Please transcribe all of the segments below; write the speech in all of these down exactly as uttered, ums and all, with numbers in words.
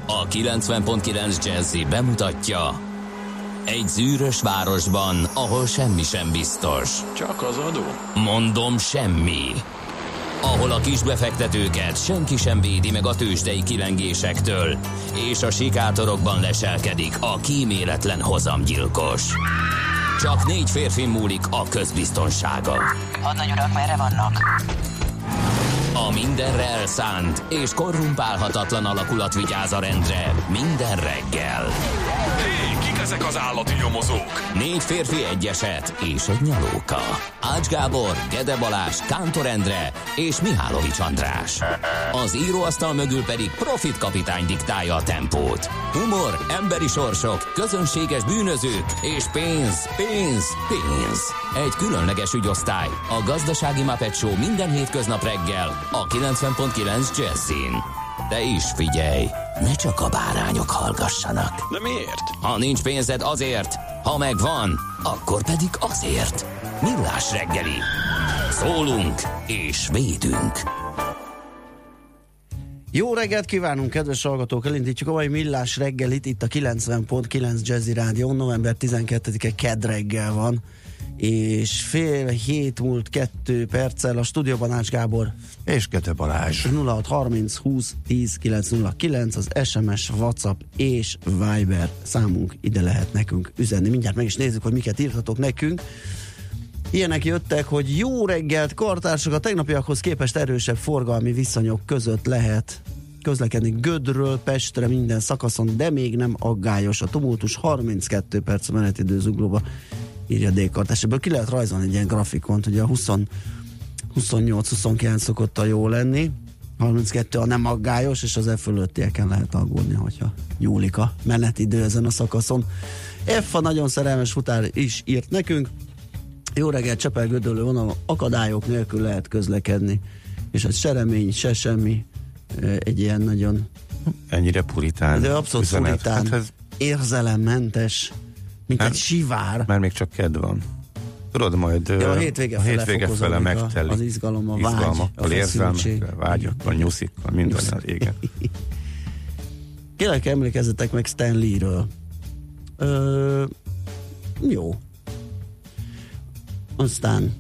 A kilencven pont kilenc Jazzy bemutatja: egy zűrös városban, ahol semmi sem biztos. Csak az adó? Mondom, semmi. Ahol a kisbefektetőket senki sem védi meg a tőzsdei kilengésektől, és a sikátorokban leselkedik a kíméletlen hozamgyilkos. Csak négy férfi múlik a közbiztonsága. Hadnagy urak, merre vannak? A mindenre elszánt és korrumpálhatatlan alakulat vigyáz a rendre minden reggel. Hé, kik ezek az állati nyomozók? Négy férfi, egy eset és egy nyalóka. Ács Gábor, Gede Balázs, Kántor Endre és Mihálovics András. Az íróasztal mögül pedig Profit kapitány diktálja a tempót. Humor, emberi sorsok, közönséges bűnözők és pénz, pénz, pénz. Egy különleges ügyosztály, a Gazdasági Muppet Show minden hétköznap reggel a kilencven pont kilenc Jazzin. De is figyelj, ne csak a bárányok hallgassanak. De miért? Ha nincs pénzed, azért, ha megvan, akkor pedig azért. Millás reggeli. Szólunk és védünk. Jó reggelt kívánunk, kedves hallgatók! Elindítjuk a mai Millás reggelit itt a kilencven pont kilenc Jazzy Rádió. November tizenkettedike kedd reggel van, és fél hét múlt kettő perccel a stúdióban Ács Gábor és Gede Balázs. nulla hat harminc húsz tíz kilenc nulla kilenc az es em es, WhatsApp és Viber számunk, ide lehet nekünk üzenni. Mindjárt meg is nézzük, hogy miket írtatok nekünk. Ilyenek jöttek, hogy jó reggelt, kartársak, a tegnapiakhoz képest erősebb forgalmi viszonyok között lehet közlekedni Gödről Pestre minden szakaszon, de még nem aggályos. A tumultus harminckettő perc menetidő Zuglóba, írja D-kartás. Ebből ki lehet rajzolni egy ilyen grafikont, hogy a húsz, huszonnyolc huszonkilenc szokott a jó lenni, harminckettő a nem aggályos, és az e fölöttieken lehet aggódni, hogyha nyúlik a menetidő ezen a szakaszon. F a nagyon szerelmes futár is írt nekünk: jó reggel, Csepel-Gödöllő vonalon akadályok nélkül lehet közlekedni, és ez se remény, se semmi, egy ilyen nagyon ennyire puritán de abszolút üzenet. puritán, Hát ez... érzelemmentes, mint hát, egy sivár. Már még csak kedv van. Tudod, majd ja, a hétvége a fele, hétvége fele megtelik. Az izgalom, a vágy, izgalmakkal, érzelmekkel, vágyakkal, nyuszikkal, minden az égen. Kérlek, emlékezzetek meg Stanleyről. Ö, jó. Aztán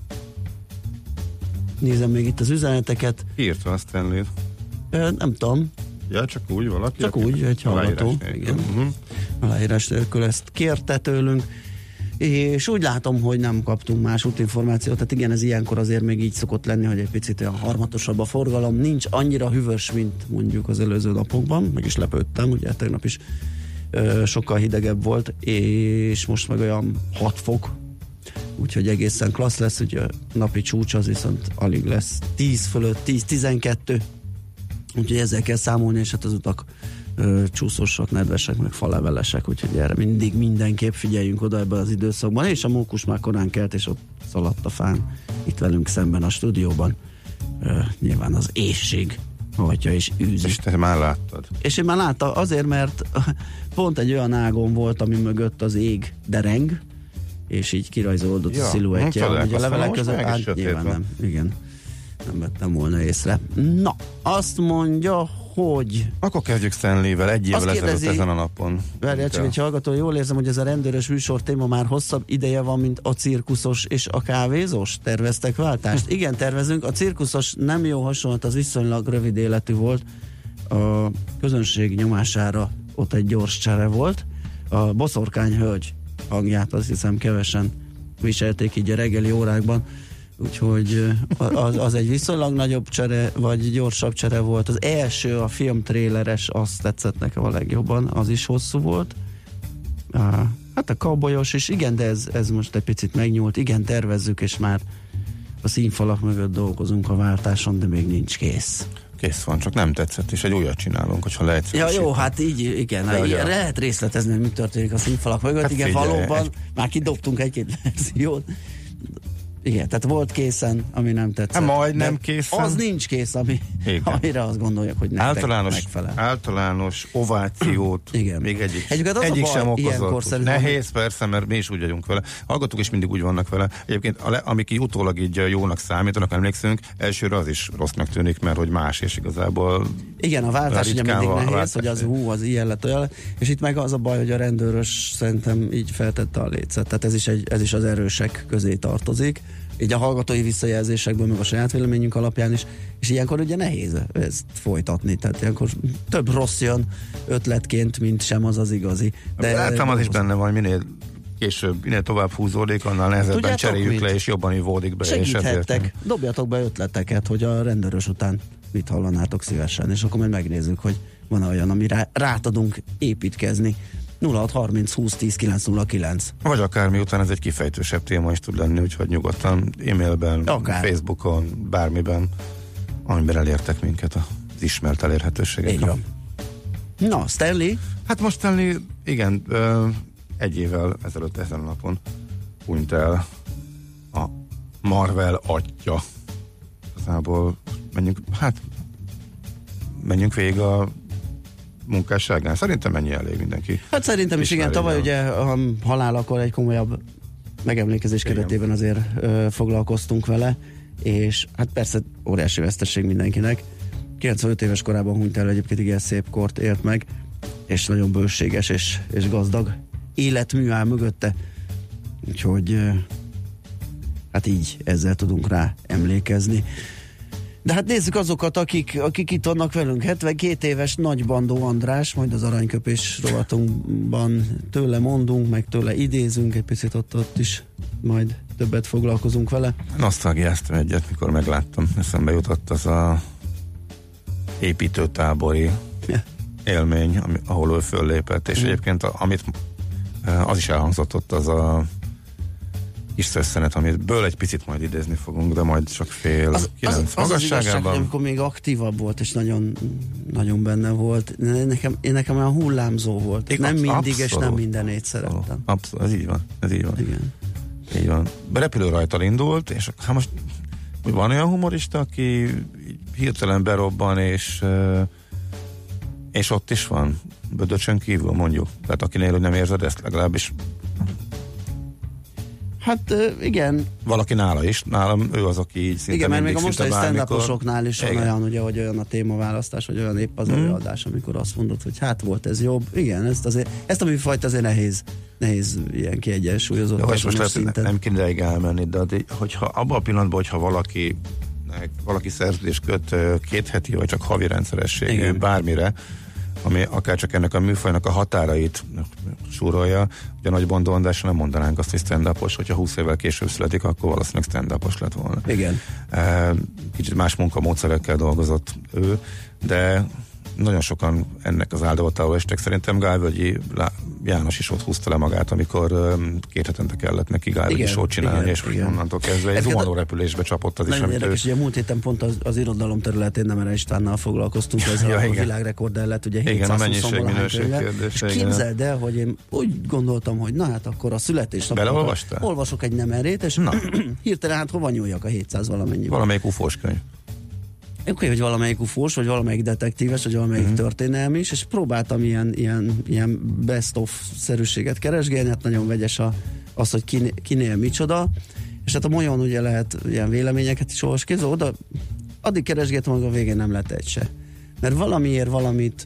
nézem még itt az üzeneteket. Írt van Stanley. Ö, nem tudom. Ja, csak úgy valaki? Csak úgy, egy hallgató. Igen. Uh-huh. Aláírás nélkül ezt kérte tőlünk, és úgy látom, hogy nem kaptunk más útinformációt, tehát igen, ez ilyenkor azért még így szokott lenni, hogy egy picit olyan harmatosabb a forgalom, nincs annyira hűvös, mint mondjuk az előző napokban, meg is lepődtem, ugye tegnap is ö, sokkal hidegebb volt, és most meg olyan hat fok, úgyhogy egészen klassz lesz, ugye a napi csúcs az viszont alig lesz tíz fölött, tíz-tizenkettő, úgyhogy ezzel kell számolni, és hát az utak ö, csúszósak, nedvesek, meg falevelesek, úgyhogy erre mindig mindenképp figyeljünk oda ebben az időszakban, és a mókus már korán kelt, és ott szaladt a fán itt velünk szemben a stúdióban. Ö, nyilván az éhség hajtja és űzi. És te már láttad? És én már láttam, azért, mert pont egy olyan ágon volt, ami mögött az ég dereng, és így kirajzolódott ja, a sziluettje, hogy a levelek között át, nyilván nem, igen, nem vettem volna észre. Na, azt mondja, hogy... Akkor kezdjük Stanley-vel, egy évvel ezelőtt ezen a napon. Várjál, csak egy hallgató, jól érzem, hogy ez a rendőrös műsor téma már hosszabb ideje van, mint a cirkuszos és a kávézós. Terveztek váltást? Igen, tervezünk. A cirkuszos nem jó hasonlat, az viszonylag rövid életű volt. A közönség nyomására ott egy gyors csere volt. A boszorkány hölgy hangját azt hiszem kevesen viselték így a reggeli órákban, úgyhogy az, az egy viszonylag nagyobb csere, vagy gyorsabb csere volt. Az első, a filmtréleres, azt tetszett nekem a legjobban, az is hosszú volt. Hát a cowboyos is, igen, de ez, ez most egy picit megnyúlt, igen, tervezzük, és már a színfalak mögött dolgozunk a váltáson, de még nincs kész. Kész van, csak nem tetszett, és egy újat csinálunk, hogyha lehet. Ja, jó, hát így, igen, de, így, ja. Lehet részletezni, hogy mi történik a színfalak mögött, hát igen, figyelj, valóban, egy... már kidobtunk egy-két verziót, Igen, tehát volt készen, ami nem tetszett. Hát majd nem de készen. Az nincs kész, ami, amire azt gondolják, hogy nektek általános, megfelel. Általános ovációt igen. még egyik, Egyébként az egyik a baj, sem okozott. Nehéz persze, mert mi is úgy vagyunk vele. Hallgatók is mindig úgy vannak vele. Egyébként a le, amik így utólag így jónak számítanak, emlékszünk, elsőre az is rossznak tűnik, mert hogy más, és igazából igen, a váltás ugye mindig nehéz, váltás, hogy az hú, az ilyen lett olyan, és itt meg az a baj, hogy a rendőrös szerintem így feltette a lécet, tehát ez is, egy, ez is az erősek közé tartozik, így a hallgatói visszajelzésekből, meg a saját véleményünk alapján is, és ilyenkor ugye nehéz ezt folytatni, tehát ilyenkor több rossz jön ötletként, mint sem az az igazi. De láttam, az is benne van, minél később, minél tovább húzódik, annál nehezebben tudjátok cseréljük mit? Le, és jobban ivódik be. Segíthettek, és dobjatok be ötleteket, hogy a rendőrös után mit hallanátok szívesen, és akkor majd megnézzük, hogy van olyan, ami rá, rá tudunk építkezni. nulla hat harminc húsz tíz kilenc nulla kilenc. Vagy akár miután ez egy kifejtősebb téma is tud lenni, úgyhogy nyugodtan e-mailben, akár Facebookon, bármiben, amiben elértek minket az ismert elérhetőségek. Így van. Na, Stanley? Hát most Stanley, igen, egy évvel ezelőtt ezen a napon hunyt el a Marvel atya. Igazából menjünk, hát menjünk végig a munkásságán. Szerintem mennyi elég mindenki. Hát szerintem is igen, tavaly ugye a halálakor egy komolyabb megemlékezés igen. keretében azért ö, foglalkoztunk vele, és hát persze óriási veszteség mindenkinek. kilencvenöt éves korában hunyt el, egyébként igen szép kort élt meg, és nagyon bőséges és, és gazdag életmű áll mögötte. Úgyhogy ö, hát így ezzel tudunk rá emlékezni. De hát nézzük azokat, akik, akik itt vannak velünk. hetvenkét éves Nagybandó András, majd az aranyköpés rovatunkban tőle mondunk, meg tőle idézünk, egy picit ott, ott is majd többet foglalkozunk vele. Nosztalgiáztam egyet, mikor megláttam. Eszembe jutott az a építőtábori yeah. élmény, ami, ahol ő föllépett, és mm. egyébként amit az is elhangzott ott, az a kis szösszenet, amitből egy picit majd idézni fogunk, de majd csak fél az, kilenc az, az magasságában. Az igazság, amikor még aktívabb volt, és nagyon, nagyon benne volt. Nekem, én nekem olyan hullámzó volt. Én nem mindig, abszolút, és nem mindenét szerettem. Abszolút, ez így van. Ez így van. Igen. Így van. Repülő rajtal indult, és hát most van olyan humorista, aki hirtelen berobban, és és ott is van. Bödöcsön kívül, mondjuk. Tehát akinél, hogy nem érzed ezt, legalábbis hát igen. Valaki nála is, nálam ő az, aki így szinte igen, mert még a mostani stand-uposoknál is van olyan, ugye, hogy olyan a témaválasztás, vagy olyan épp az hmm. előadás, amikor azt mondod, hogy hát volt ez jobb. Igen, ezt, azért, ezt a műfajt azért nehéz, nehéz ilyen kiegyensúlyozott. Jó, és most lehet, nem kéne ideig elmenni, de hogyha abban a pillanatban, hogyha valaki valaki szerződést köt két heti, vagy csak havi rendszerességű bármire, ami akár csak ennek a műfajnak a határait súrolja. Ugye Nagy Bandó Andrásra nem mondanánk azt, hogy stand-upos, hogyha húsz évvel később születik, akkor valószínűleg stand-upos lett volna. Igen. Kicsit más munkamódszerekkel dolgozott ő, de nagyon sokan ennek az áldozatául estek. Szerintem Gálvölgyi János is ott húzta le magát, amikor két hetente kellett neki Gálvölgyi sót csinálni, igen, és igen. onnantól kezdve egy zuhanó repülésbe csapott az is. Nagyon érdekes, ő... ugye a múlt héten pont az, az irodalom területén Nemer Istvánnal foglalkoztunk, ez ja, a, a világrekord lett, ugye hétszázhúsz valahány könyve. És képzeld el, hogy én úgy gondoltam, hogy na hát akkor a születésnapon beleolvastál? Olvasok egy Nemerét, és hirtelen hát hova nyúljak a hétszáz valamennyi. Valamelyik ufós könyv. Oké, okay, hogy valamelyik ufós, vagy valamelyik detektíves, vagy valamelyik uh-huh. történelmi is, és próbáltam ilyen, ilyen, ilyen best-of-szerűséget keresgélni, hát nagyon vegyes a, az, hogy kinél, kinél micsoda, és hát a Molyon ugye lehet ilyen véleményeket is olvasni, oda addig keresgéltem, hogy a végén nem lett egy se. Mert valamiért valamit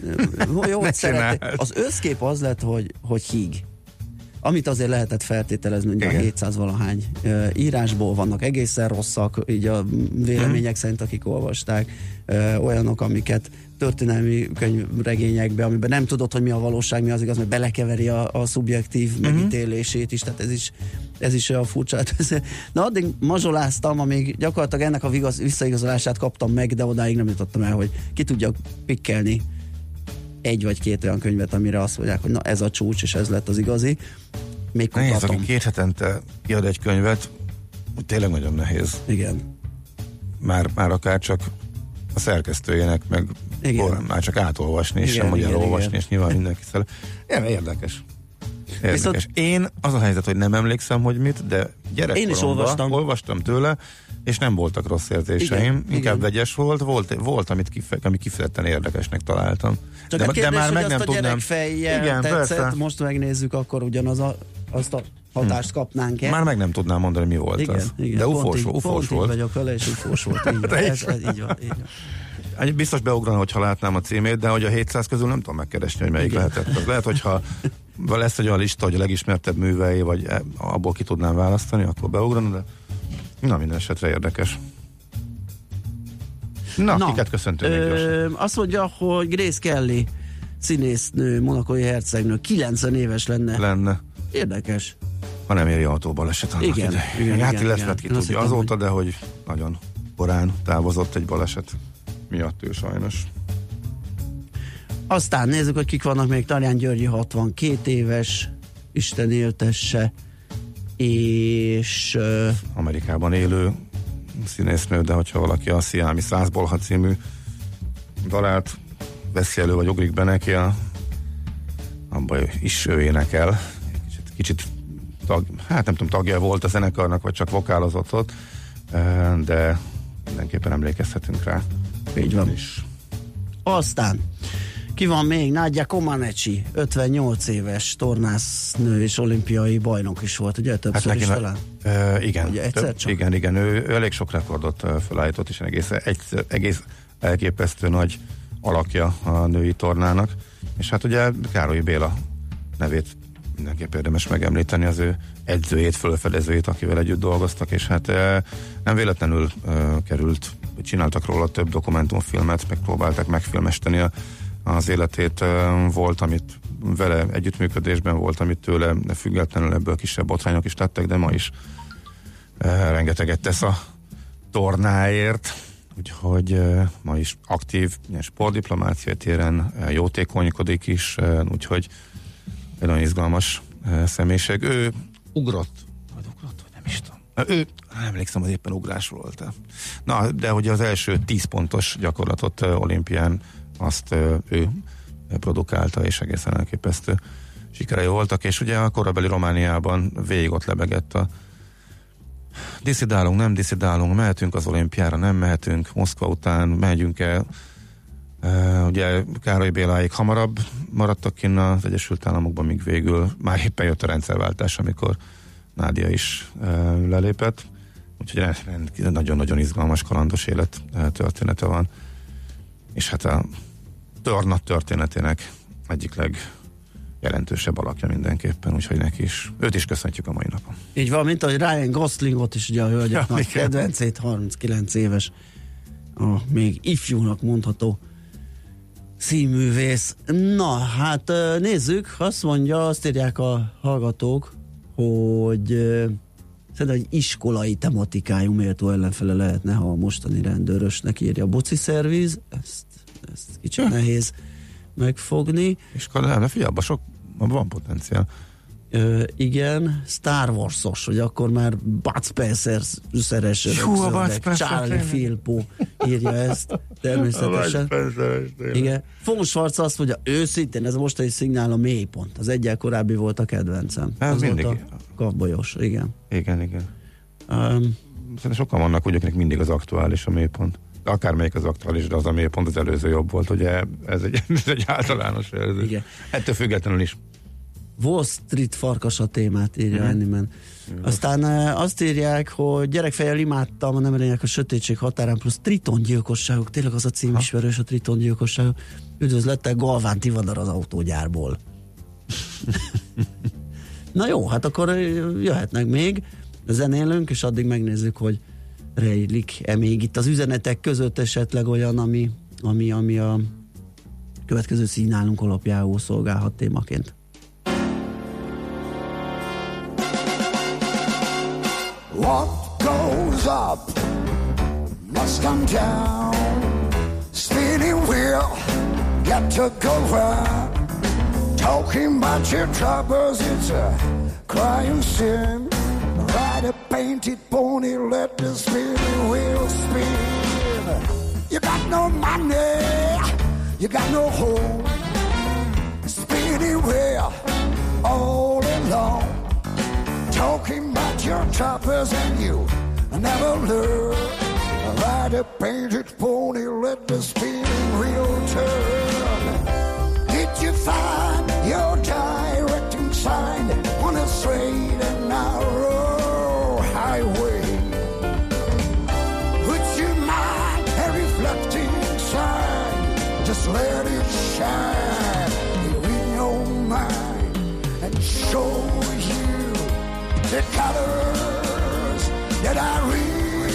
jó, az összkép az lett, hogy, hogy híg. Amit azért lehetett feltételezni, hogy a hétszáz valahány uh, írásból vannak egészen rosszak, így a vélemények hmm. szerint, akik olvasták, uh, olyanok, amiket történelmi könyvregényekbe, amiben nem tudod, hogy mi a valóság, mi az igaz, mert belekeveri a, a szubjektív hmm. megítélését is, tehát ez is, ez is olyan furcsa. Na, addig mazsoláztam, amíg gyakorlatilag ennek a vigaz, visszaigazolását kaptam meg, de odáig nem jutottam el, hogy ki tudjak pikkelni egy vagy két olyan könyvet, amire azt mondják, hogy na ez a csúcs, és ez lett az igazi. Még nehéz, aki két hetente kiad egy könyvet, tényleg nagyon nehéz. Igen. Már, már akár csak a szerkesztőjének, meg or, már csak átolvasni, és sem magyar olvasni, és nyilván mindenki szeret. Igen, érdekes. Érdekes. Viszont Én az a helyzet, hogy nem emlékszem, hogy mit, de gyerekkoromban én is olvastam. olvastam tőle, és nem voltak rossz érzéseim, Igen, inkább igen. vegyes volt, volt, volt amit kife, ami kifejezetten érdekesnek találtam. Csak de, a kérdés, de már hogy meg azt nem a tudnám. gyerekfejjel Igen, tetszett, persze. most megnézzük, akkor ugyanaz a, azt a hatást kapnánk-e? Már meg nem tudnám mondani, mi volt igen, az. igen, De pont ufós, így, ufós pont volt. Így vagyok vele, és ufós volt. Így van. Ez, ez, így van, így van. Biztos beugrana, hogyha látnám a címét, de hogy a hétszáz közül nem tudom megkeresni, hogy melyik Igen. lehetett. Az lehet, hogyha lesz egy olyan lista, hogy a legismertebb művei, vagy abból ki tudnám választani, akkor beugrana, de na, minden esetre érdekes. Na, Na, kiket köszöntünk még ö, gyorsan? azt mondja, hogy Grace Kelly színésznő, monakói hercegnő, kilencven éves lenne. Lenne, Érdekes. ha nem éri autóbaleset annak Igen, idején. igen, Hát igen, lesz, igen. mert ki Én azt tudja hittem, azóta, de hogy nagyon korán távozott egy baleset miatt ő sajnos. Aztán nézzük, hogy kik vannak még. Tarján Györgyi hatvankét éves, Isten éltesse, és uh, Amerikában élő színésznő, de hogyha valaki a Sziámi Százbolha című dalát veszi elő, vagy ugrik be neki, a, abban is ő énekel. Kicsit, kicsit tag, hát nem tudom, tagja volt a zenekarnak, vagy csak vokálozott ott, de mindenképpen emlékezhetünk rá. így van. És Aztán ki van még? Nadia Comaneci, ötvennyolc éves tornásznő és olimpiai bajnok is volt, ugye? Többször neki is na- talán? Uh, igen, Ugye egyszer több, csak? igen, igen, ő, ő elég sok rekordot uh, felállított, és egész, egy, egész elképesztő nagy alakja a női tornának, és hát ugye Károly Béla nevét mindenképp érdemes megemlíteni, az ő edzőjét, fölfedezőjét, akivel együtt dolgoztak, és hát uh, nem véletlenül uh, került, csináltak róla több dokumentumfilmet, megpróbálták megfilmesteni a az életét, volt, amit vele együttműködésben volt, amit tőle függetlenül ebből kisebb botrányok is tettek, de ma is rengeteget tesz a tornáért, úgyhogy ma is aktív sportdiplomácia téren, jótékonykodik is, úgyhogy egy nagyon izgalmas személyiség. Ő ugrott, vagy ugrott, vagy nem is tudom. Ő, nem emlékszem, hogy éppen ugrás volt. Na, de hogy az első tíz pontos gyakorlatot olimpián azt ő produkálta, és egészen elképesztő sikerei voltak, és ugye a korabeli Romániában végig ott lebegett a diszidálunk, nem diszidálunk, mehetünk az olimpiára, nem mehetünk, Moszkva után megyünk el. Uh, ugye Károly Béláig hamarabb maradtak kinn az Egyesült Államokban, míg végül már éppen jött a rendszerváltás, amikor Nádia is uh, lelépett. Úgyhogy nagyon-nagyon izgalmas, kalandos élet uh, története van. És hát a torna történetének egyik legjelentősebb alakja mindenképpen, úgyhogy neki is, őt is köszöntjük a mai napon. Így van, mint ahogy Ryan Goslingot is ugye a hölgyeknek Ja, kedvencét, harminckilenc éves, a még ifjúnak mondható színművész. Na, hát nézzük, azt mondja, azt írják a hallgatók, hogy szerintem egy iskolai tematikájú méltó ellenfele lehetne, ha a mostani rendőrösnek írja a boci szerviz, ezt, ezt kicsit hm. nehéz megfogni. És nem, figyelj, abban sok, abban van potenciál. Ö, igen, Star Wars-os, hogy akkor már Bud Spencer szeres örökzöldek, Charlie Filippo írja ezt, természetesen. Igen. Von Schwarz azt mondja, őszintén, ez a mostani szignál a mélypont, az egyel korábbi volt a kedvencem. Ez az mindig. volt a kavbolyos, igen. Igen, igen. Um, Szerintem sokan vannak, úgy, akik mindig az aktuális a mélypont. Akármelyik az aktuális, de az a mélypont az előző jobb volt, ugye ez egy, ez egy általános előző. Igen. Ettől függetlenül is. Wall Street farkas a témát, írja mm-hmm. Enniman. Aztán e, azt írják, hogy gyerekfejjel imádtam a nemrények a sötétség határán plusz Triton gyilkosságok, tényleg az a cím ha? ismerős, a Triton gyilkosságok. Üdvözlettel, Galván Tivadar az autógyárból. Na jó, hát akkor jöhetnek még, zenélünk, és addig megnézzük, hogy rejlik-e még itt az üzenetek között esetleg olyan, ami, ami, ami a következő szignálunk alapjául szolgálhat témaként. What goes up must come down. Spinning wheel, got to go round. Talking about your troubles, it's a crying sin. Ride a painted pony, let the spinning wheel spin. You got no money, you got no home. Spinning wheel, all in talking about your choppers and you never learn. Ride a painted pony, let the spinning wheel turn. Did you find your directing sign on a straight and narrow highway? Would you mind a reflecting sign? Just let it shine in your mind and show you the colors that I read.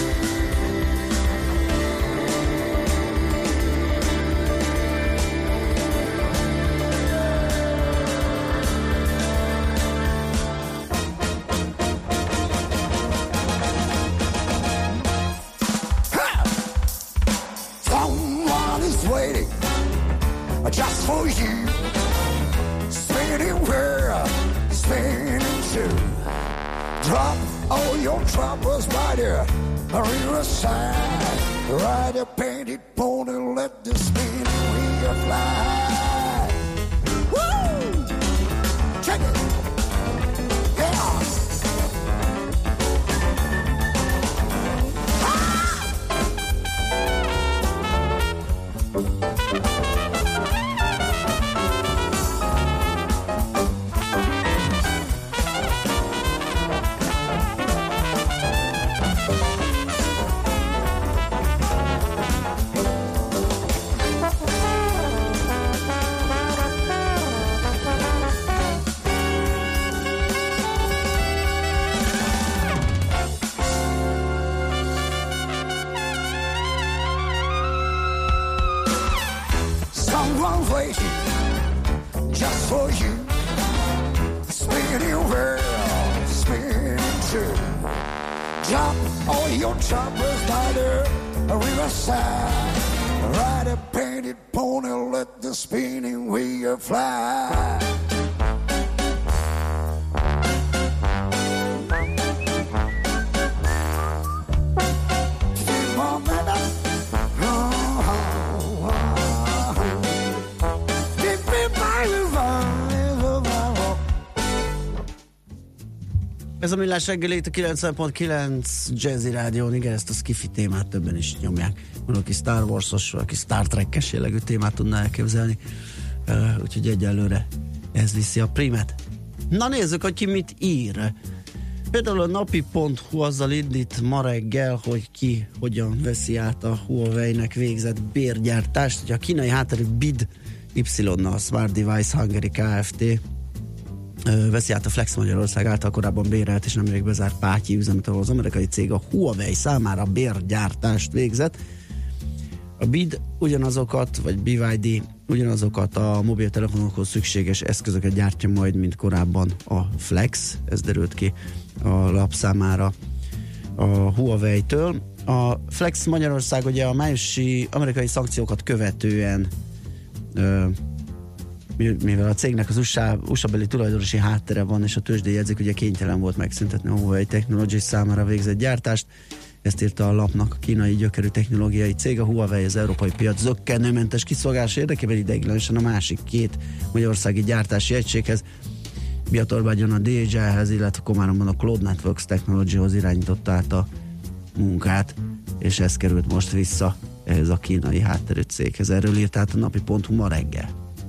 Waiting just for you, spinning where, spinning too. Drop all your troubles by the riverside. Ride a painted pony, let the spinning wheel fly. Woo! Check it. Yeah. Just for you, spinning world, spinning too. Drop all your troubles by the riverside. Ride a painted pony, let the spinning wheel fly. Ez a Millás reggeli itt a kilencven pont kilenc Jazzy Rádión, igen, ezt a skifi témát többen is nyomják. Van, aki Star Wars-os, valaki Star Trek-es jellegű témát tudná elképzelni, uh, úgyhogy egyelőre ez viszi a primet. Na nézzük, hogy ki mit ír. Például a napi pont hu azzal indít ma reggel, hogy ki hogyan veszi át a Huawei-nek végzett bérgyártást, hogy a kínai hátterű bé i dé Y-nal, Smart Device Hungary Kft. veszi át a Flex Magyarország által korábban bérelt és nemrég bezárt Pátyi üzemet, ahol az amerikai cég a Huawei számára bérgyártást végzett. A bé i dé ugyanazokat, vagy bé vé dé ugyanazokat a mobiltelefonokhoz szükséges eszközöket gyártja majd, mint korábban a Flex, ez derült ki a lap számára a Huawei-től. A Flex Magyarország ugye a májusi amerikai szankciókat követően ö, mivel a cégnek az u es á, u es á-beli tulajdonosi háttere van, és a tőzsdei jegyzék ugye kénytelen volt megszüntetni a Huawei Technologies számára végzett gyártást. Ezt írta a lapnak a kínai gyökerű technológiai cég. A Huawei az európai piac zökkenőmentes kiszolgálása érdekében ideiglenesen a másik két magyarországi gyártási egységhez, Biatorbágyon a dé há i-hez, illetve Komáromban a Cloud Networks Technology-hoz irányította át a munkát, és ez került most vissza ehhez a kínai hátterű céghez. Erről írt át a napi pont hu ma reggel.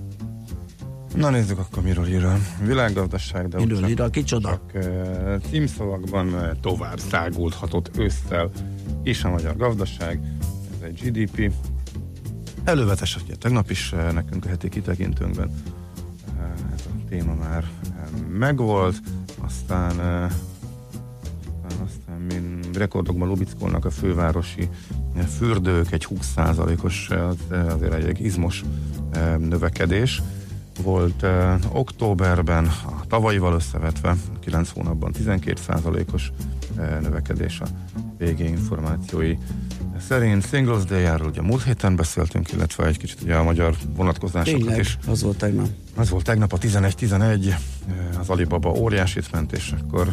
Na nézzük akkor, miről ír a világgazdaság, de miről csak, ír a kicsoda? Csak uh, címszavakban uh, tovább száguldhatott ősszel és a magyar gazdaság. Ez egy gé dé pé. Elővetes, ugye tegnap is uh, nekünk a heti kitekintőnkben uh, ez a téma már uh, megvolt, aztán uh, aztán, aztán mind rekordokban lubickolnak a fővárosi uh, fürdők, egy húsz százalékos uh, azért egy izmos uh, növekedés volt uh, októberben, a tavalyival összevetve kilenc hónapban tizenkét százalékos uh, növekedés a végé információi szerint. Singles Day-járól ugye múlt héten beszéltünk, illetve egy kicsit ugye a magyar vonatkozásokat Tényleg, is. az volt tegnap. Az volt tegnap a tizenegy tizenegy, az Alibaba óriásit ment, és akkor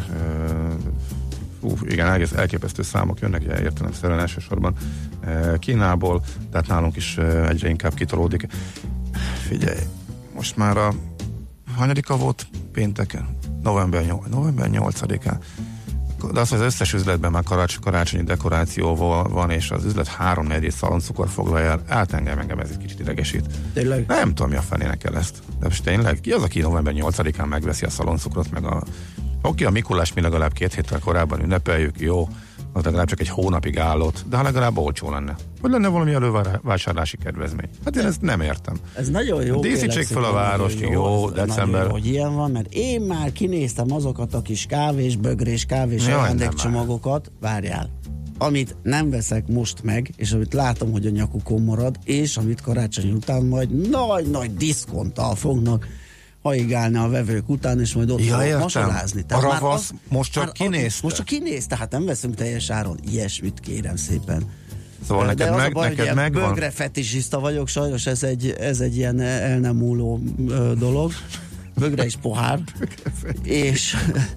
uh, uh, igen, egész elképesztő számok jönnek, ugye értelemszerűen elsősorban uh, Kínából, tehát nálunk is uh, egyre inkább kitolódik. Figyelj, most már a hanyadika volt pénteken? november nyolcadikán. De azt, hogy az összes üzletben már karács, karácsonyi dekoráció van, és az üzlet háromnegyed szaloncukor foglalja el, át engem, engem ez egy kicsit idegesít. Tényleg? Nem tudom, mi a fenének kell ezt. De most tényleg, ki az, aki november nyolcadikán megveszi a szaloncukrot, meg a... Oké, a Mikulás mi legalább két héttel korábban ünnepeljük, jó, az legalább csak egy hónapig állott, de ha legalább olcsó lenne. Vagy lenne valami elővásárlási kedvezmény. Hát én ezt nem értem. Ez nagyon jó. Díszítsék fel a várost, jó, jó december. Jó, hogy ilyen van, mert én már kinéztem azokat a kis kávés, bögrés, kávés ajándékcsomagokat, várjál, amit nem veszek most meg, és amit látom, hogy a nyakukon marad, és amit karácsony után majd nagy-nagy diszkonttal fognak haigálni a vevők után, és majd ott ja, fogok masolázni. A ravasz az, most csak kinézte. Most csak kinézte, hát nem veszünk teljes áron. Ilyesmit kérem szépen. Szóval de neked, az meg, a baj, neked hogy megvan? Bögre fetisista vagyok, sajnos ez egy, ez egy ilyen el nem múló ö, dolog. Bögre is pohár. és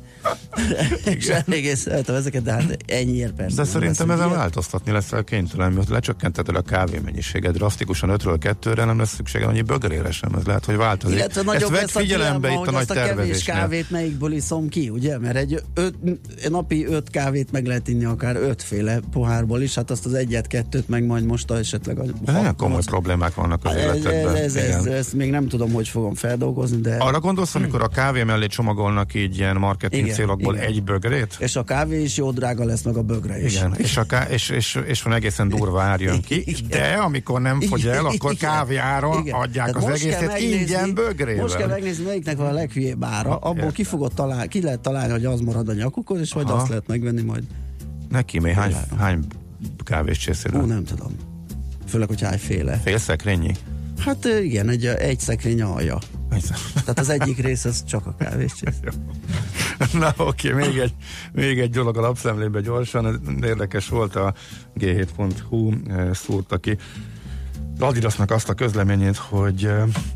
és egész szeretem ezeket, de hát ennyiért persze. De szerintem ezen változtatni leszel kénytelen, mert lecsökkenteted a kávé mennyiséget drasztikusan ötről kettőre, nem lesz szüksége annyi bögrére sem, ez lehet, hogy változik. Illetve ezt vedd figyelembe itt a nagy tervezésnél. Kevés kávét melyikből iszom ki, ugye? Mert egy öt, napi öt kávét meg lehet inni akár ötféle pohárból is, hát azt az egyet-kettőt meg majd most esetleg... Nagyon komoly problémák vannak az életedben. Ez, ez, ez, ez, még nem tudom, hogy fogom feldolgozni, de... Arra gondolsz, amikor a kávé mellé csomagolnak így ilyen marketing célokból egy bögrét? És a kávé is jó drága lesz, meg a bögre is. Igen, és, a ká- és, és, és van egészen durva ár jön ki, igen. De amikor nem fogy el, akkor igen. Kávé áron igen. Adják tehát az egészet ingyen bögrével. Most kell megnézni, melyiknek van a leghülyébb ára, abból ki, fogod találni, ki lehet találni, hogy az marad a nyakukon, és majd azt lehet megvenni majd. Neki még hány, hány kávés csészél? Ó, nem tudom. Főleg, hogy hány féle. Fél szekrényi? Hát igen, egy, egy szekrény alja. Tehát az egyik rész az csak a kávéscsész. Na oké, okay, még, egy, még egy dolog a lapszemlébe gyorsan. Érdekes volt, a gé hét pont hú szúrta ki Adidasnak azt a közleményét, hogy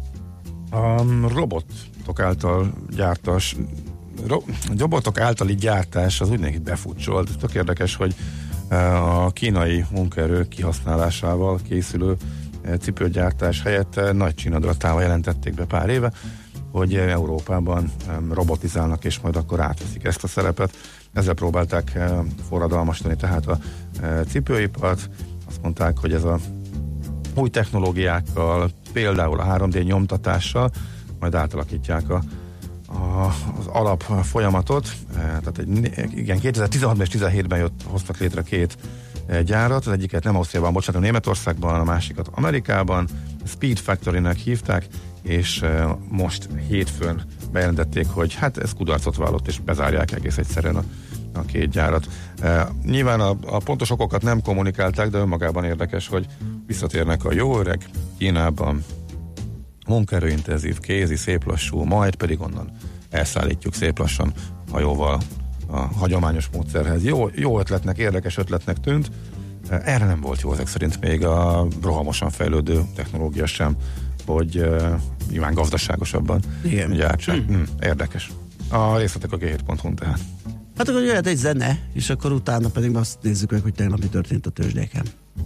a robotok által gyártás ro, robotok általi gyártás az úgynevezett befutcsolt. Tök érdekes, hogy a kínai munkaerő kihasználásával készülő cipőgyártás helyett nagy csinadratával jelentették be pár éve, hogy Európában robotizálnak, és majd akkor átveszik ezt a szerepet. Ezzel próbálták forradalmasítani tehát a cipőipart. Azt mondták, hogy ez a új technológiákkal, például a három dé nyomtatással majd átalakítják a, a, az alap folyamatot. Tehát egy, igen, kétezer-tizenhatban és tizenhétben jött, hoztak létre két gyárat, az egyiket nem Ausztriában, bocsánat, Németországban, a másikat Amerikában, Speed Factory-nek hívták, és most hétfőn bejelentették, hogy hát ez kudarcot vállott, és bezárják egész egyszerűen a, a két gyárat. E, nyilván a, a pontos okokat nem kommunikálták, de önmagában érdekes, hogy visszatérnek a jó öreg Kínában, munkaerőintenzív, kézi, szép lassú, majd pedig onnan elszállítjuk szép lassan hajóval a hagyományos módszerhez. Jó, jó ötletnek, érdekes ötletnek tűnt. Erre nem volt jó ezek szerint még a rohamosan fejlődő technológia sem, hogy uh, nyilván gazdaságosabban gyártsák. Hmm. Hmm, érdekes. A részletek a gé hét pont hu tehát. Hát akkor jöhet egy zene, és akkor utána pedig azt nézzük meg, hogy tegnap mi történt a tőzsdéken.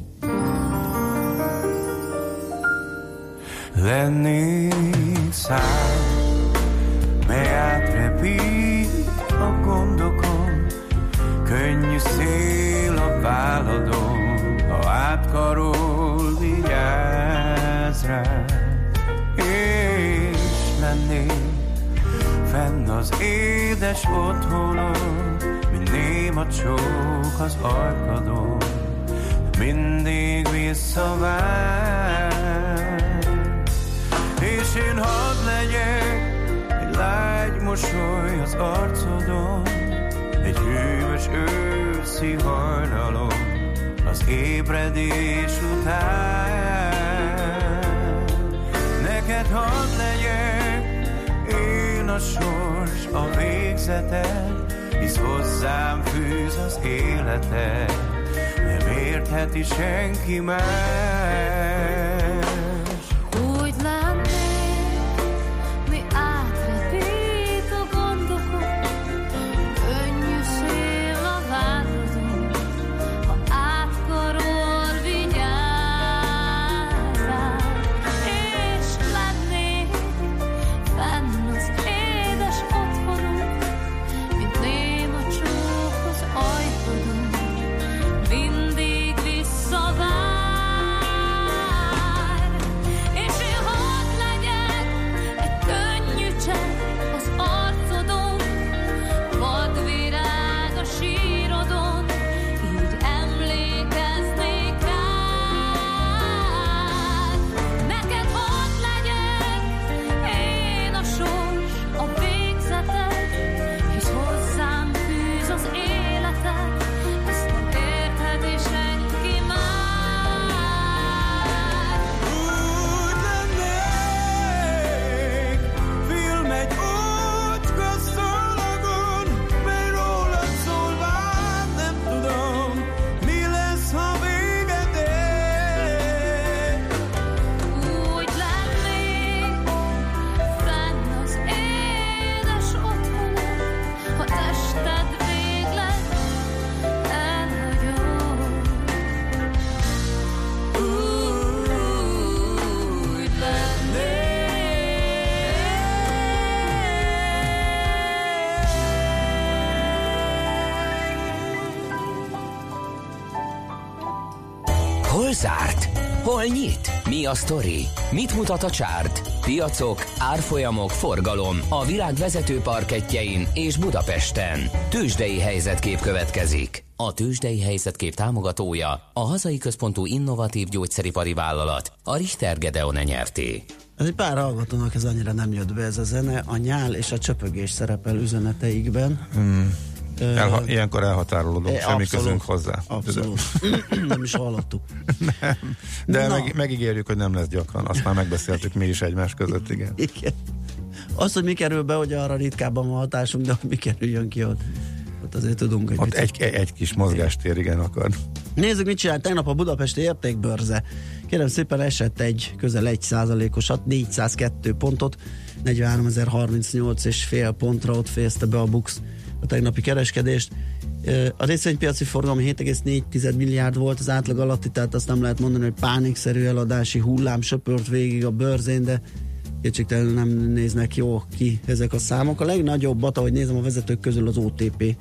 Lennék szár, mely átrepít a gondokon, könnyű szél a válladon, ha átkarol, vigyázz rá. És lennék fenn az édes otthonon, mint néma csók az ajkadon, mindig visszavár. És én hadd legyek egy lágy mosoly az arcodon, egy hűvös őszi hajnalon, az ébredés után. Neked hadd legyek én a sors, a végzeted, hisz hozzám fűz az életed, nem értheti senki más. Úgy lennék, mi átrepít a gondokon, könnyű szél a váradon, ha átkarol, vigyázz rá. És lennék fenn az édes otthonon, zárt? Hol nyit? Mi a sztori? Mit mutat a csárt? Piacok, árfolyamok, forgalom a világ vezető parkettjein és Budapesten. Tőzsdei helyzetkép következik. A Tőzsdei helyzetkép támogatója a hazai központú innovatív gyógyszeripari vállalat, a Richter Gedeon nyerté. Ez egy pár hallgatónak ez annyira nem jött be ez a zene, a nyál és a csöpögés szerepel üzeneteikben. Hmm. Elha- uh, ilyenkor elhatárolódunk, semmi abszolút, közünk hozzá. Abszolút. Nem is hallottuk. Nem. De meg, megígérjük, hogy nem lesz gyakran. Azt már megbeszéltük mi is egymás között, igen. Igen. Az, hogy mi kerül be, hogy arra ritkábban van hatásunk, de hogy mi kerüljön ki ott, ott azért tudunk egy ott egy, egy, egy kis mozgástér, igen, akar. Nézzük, mit csinált tegnap a budapesti értékbörze. Kérem szépen, esett egy közel egy százalékosat, négyszázkettő pontot, negyvenháromezer-harmincnyolc és fél pontra ott fejezte be a BUX a tegnapi kereskedést. A részvénypiaci forgalom hét egész négy milliárd volt, az átlag alatti, tehát azt nem lehet mondani, hogy pánikszerű eladási hullám söpört végig a bőrzén, de kétségtelenül nem néznek jó ki ezek a számok. A legnagyobbat, ahogy nézem a vezetők közül, az o té pé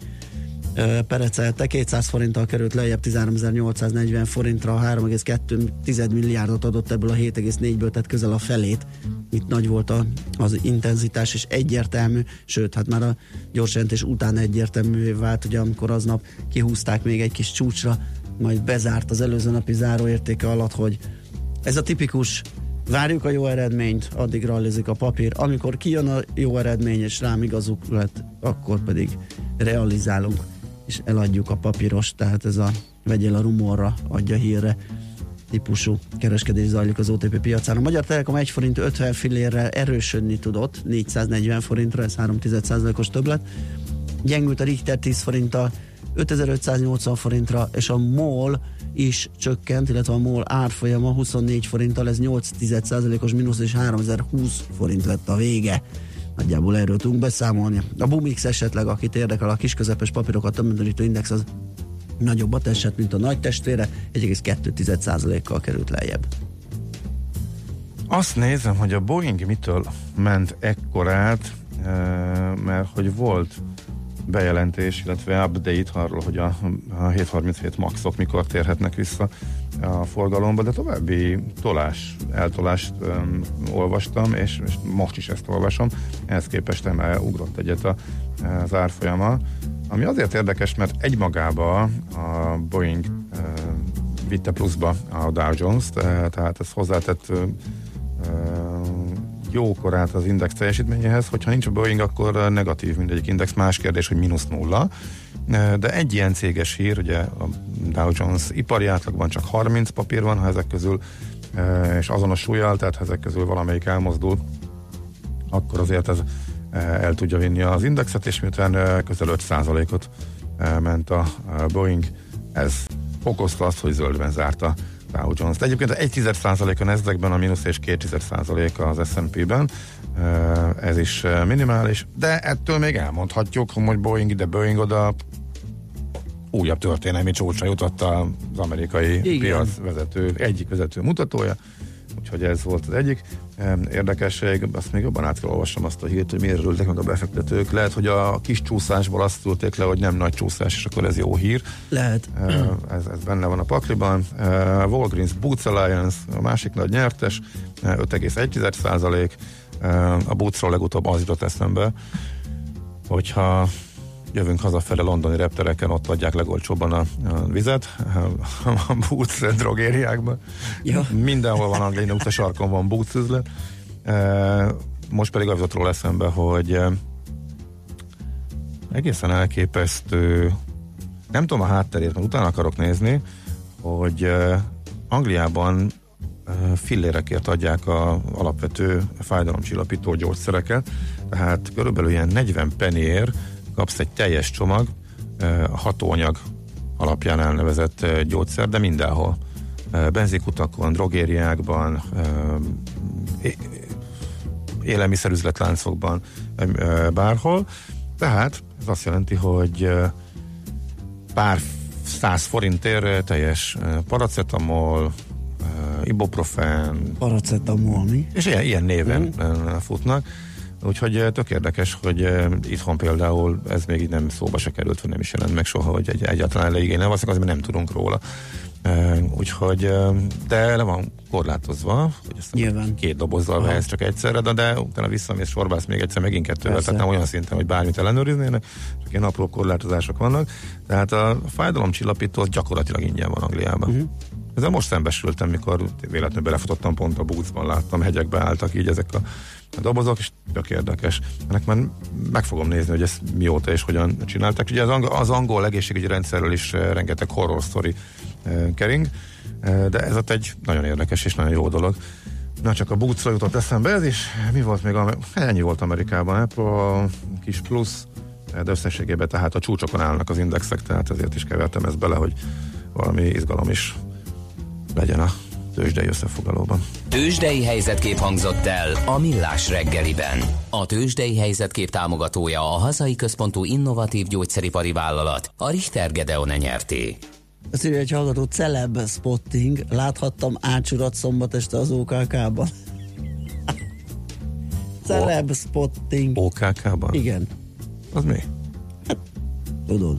perecelte, kétszáz forinttal került lejjebb tizenháromezer-nyolcszáznegyven forintra, három egész kettő milliárdot adott ebből a hét egész négyből, tehát közel a felét. Itt nagy volt a, az intenzitás, és egyértelmű, sőt, hát már a gyors jelentés után egyértelművé vált, ugye amikor aznap kihúzták még egy kis csúcsra, majd bezárt az előző napi záróértéke alatt, hogy ez a tipikus, várjuk a jó eredményt, addig rallizik a papír, amikor kijön a jó eredmény, és rám igazuk lett, akkor pedig realizálunk, és eladjuk a papíros, tehát ez a vegyél a rumorra, adja hírre típusú kereskedés zajlik az o té pé piacán. A Magyar Telekom egy forint ötven fillérrel erősödni tudott, négyszáznegyven forintra, ez három százalékos többlet. Gyengült a Richter tíz forinttal, ötezer-ötszáznyolcvan forintra, és a MOL is csökkent, illetve a MOL árfolyama huszonnégy forinttal, ez nyolc százalékos mínusz, és háromezer-húsz forint lett a vége. Nagyjából erről tudunk beszámolni. A Bumix esetleg, akit érdekel, a kisközepes papírokat tömörítő index, az nagyobbat esett, mint a nagy testvére, egy egész kettő százalékkal került lejjebb. Azt nézem, hogy a Boeing mitől ment ekkorát, mert hogy volt bejelentés, illetve update arról, hogy a, a hétszázharminchét maxok mikor térhetnek vissza a forgalomba, de további tolás, eltolást um, olvastam, és, és most is ezt olvasom, ehhez képest emel ugrott egyet a, az árfolyama, ami azért érdekes, mert egymagába a Boeing uh, vitte pluszba a Dow Jones-t, tehát ez hozzátett uh, jókorát az index teljesítményéhez, hogyha nincs a Boeing, akkor negatív mindegyik index, más kérdés, hogy mínusz nulla, de egy ilyen céges hír, ugye a Dow Jones ipari átlagban csak harminc papír van, ha ezek közül, és azonos súlyjal, tehát ha ezek közül valamelyik elmozdul, akkor azért ez el tudja vinni az indexet, és miután közel öt százalékot ment a Boeing, ez okozta azt, hogy zöldben zárta Dow Jones. De egyébként egy százalék a Nasdaqben, a mínusz és két százalék az es and pé-ben. Ez is minimális, de ettől még elmondhatjuk, hogy Boeing ide, Boeing oda, újabb történelmi csúcsra jutott az amerikai Igen. piac vezető, egyik vezető mutatója, úgyhogy ez volt az egyik érdekesség. Azt még jobban át kell olvassam azt a hírt, hogy miért örültek meg a befektetők. Lehet, hogy a kis csúszásból azt tudték le, hogy nem nagy csúszás, és akkor ez jó hír. Lehet. Ez, ez benne van a pakliban. Walgreens Boots Alliance, a másik nagy nyertes, öt egész egy százalék. A Bootsról legutóbb az jutott eszembe, hogyha jövünk hazafele londoni reptereken, ott adják legolcsóbban a, a vizet, a Boots drogériákban. Ja. Mindenhol van Angliai út, a sarkon van Boots üzlet. Most pedig az jutott róla eszembe, hogy egészen elképesztő, nem tudom a hátterét, mert utána akarok nézni, hogy Angliában fillérekért adják az alapvető fájdalomcsillapító gyógyszereket, tehát körülbelül ilyen negyven pennyért kapsz egy teljes csomag hatóanyag alapján elnevezett gyógyszer, de mindenhol. Benzinkutakon, drogériákban, élelmiszerüzletláncokban, bárhol. Tehát ez azt jelenti, hogy pár száz forintért teljes paracetamol, ibuprofen, paracetamol, mi? És ilyen, ilyen néven mm. futnak. Úgyhogy tök érdekes, hogy itthon például ez még így nem szóba se került, vagy nem is jelent meg soha, hogy egy, egyáltalán leigényel, valószínűleg azért, mert nem tudunk róla. Úgyhogy, de le van korlátozva, hogy ezt nyilván két dobozzal aha. vehetsz csak egyszerre, de, de utána visszamész, sorbálsz még egyszer, megint kettővel, tehát nem olyan szinten, hogy bármit ellenőriznének, csak ilyen apró korlátozások vannak. Tehát a fájdalomcsillapító gyakorlatilag ingyen van Angliában. Uh-huh. Ezzel most szembesültem, mikor véletlenül belefutottam, pont a Bootsban láttam, hegyekbe álltak így ezek a, a dobozok, és tök érdekes. Ennek már meg fogom nézni, hogy ezt mióta és hogyan csinálták. Ugye az angol, az angol egészségügyi rendszerről is rengeteg horror sztori kering, de ez ott egy nagyon érdekes és nagyon jó dolog. Na, csak a Bootsra jutott eszembe ez is. Mi volt még? Amer- ennyi volt Amerikában. Apple, kis plusz, de összességében tehát a csúcsokon állnak az indexek, tehát ezért is kevertem ezt bele, hogy valami izgalom is legyen a tőzsdei összefoglalóban. Tőzsdei helyzetkép hangzott el a Millás reggeliben. A tőzsdei helyzetkép támogatója a hazai központú innovatív gyógyszeripari vállalat, a Richter Gedeon nyerté. Azt írja egy hallgató, celeb spotting, láthattam Ácsurat szombat este az ó ká ká-ban. Celeb o- spotting. ó ká ká-ban? Igen. Az mi? Hát, tudod.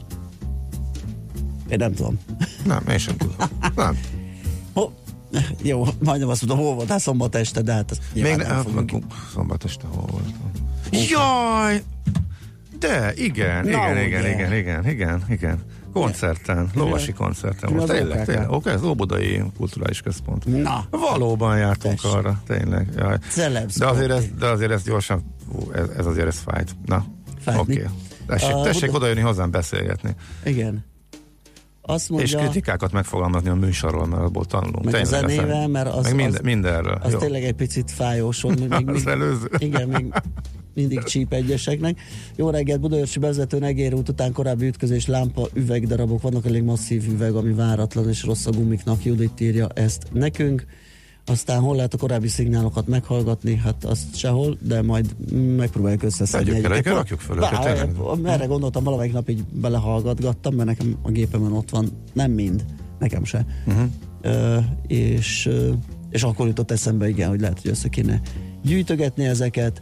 Én nem tudom. Nem, én sem tudom. Nem. Ho, jó, majdnem azt mondom, hol voltál szombat este, de hát... Még ne, szombat este hol voltam? Jaj! De, igen, igen, igen, igen, igen, igen, igen. Koncerten, lovasi koncerten volt. Tényleg, tényleg. Oké, ez Óbudai Kulturális Központ. Na. Valóban jártunk Tess. arra, tényleg. Jaj. De azért ez, de azért ez gyorsan, ez, ez azért ez fájt. Na, oké. Okay. Tessék, tessék uh, odajönni hozzám beszélgetni. Igen. Azt mondja, és kritikákat megfogalmazni a műsorról, mert abból tanulunk. Meg a zenével, mert az, meg minden, az, mindenről. az tényleg egy picit fájós volt. Még, az előző. Igen, még mindig csíp egyeseknek. Jó reggelt, Budaörsi bevezető Negér út után korábbi ütközés, lámpa, üvegdarabok, vannak elég masszív üveg, ami váratlan és rossz a gumiknak. Judit írja ezt nekünk. Aztán hol lehet a korábbi szignálokat meghallgatni? Hát azt sehol, de majd megpróbáljuk összeszedni. Egyébként rakjuk föl őket. Erre gondoltam, valamelyik nap így belehallgatgattam, mert nekem a gépemen ott van, nem mind, nekem se. Uh-huh. Uh, és, uh, és akkor jutott eszembe, igen, hogy lehet, hogy össze kéne gyűjtögetni ezeket,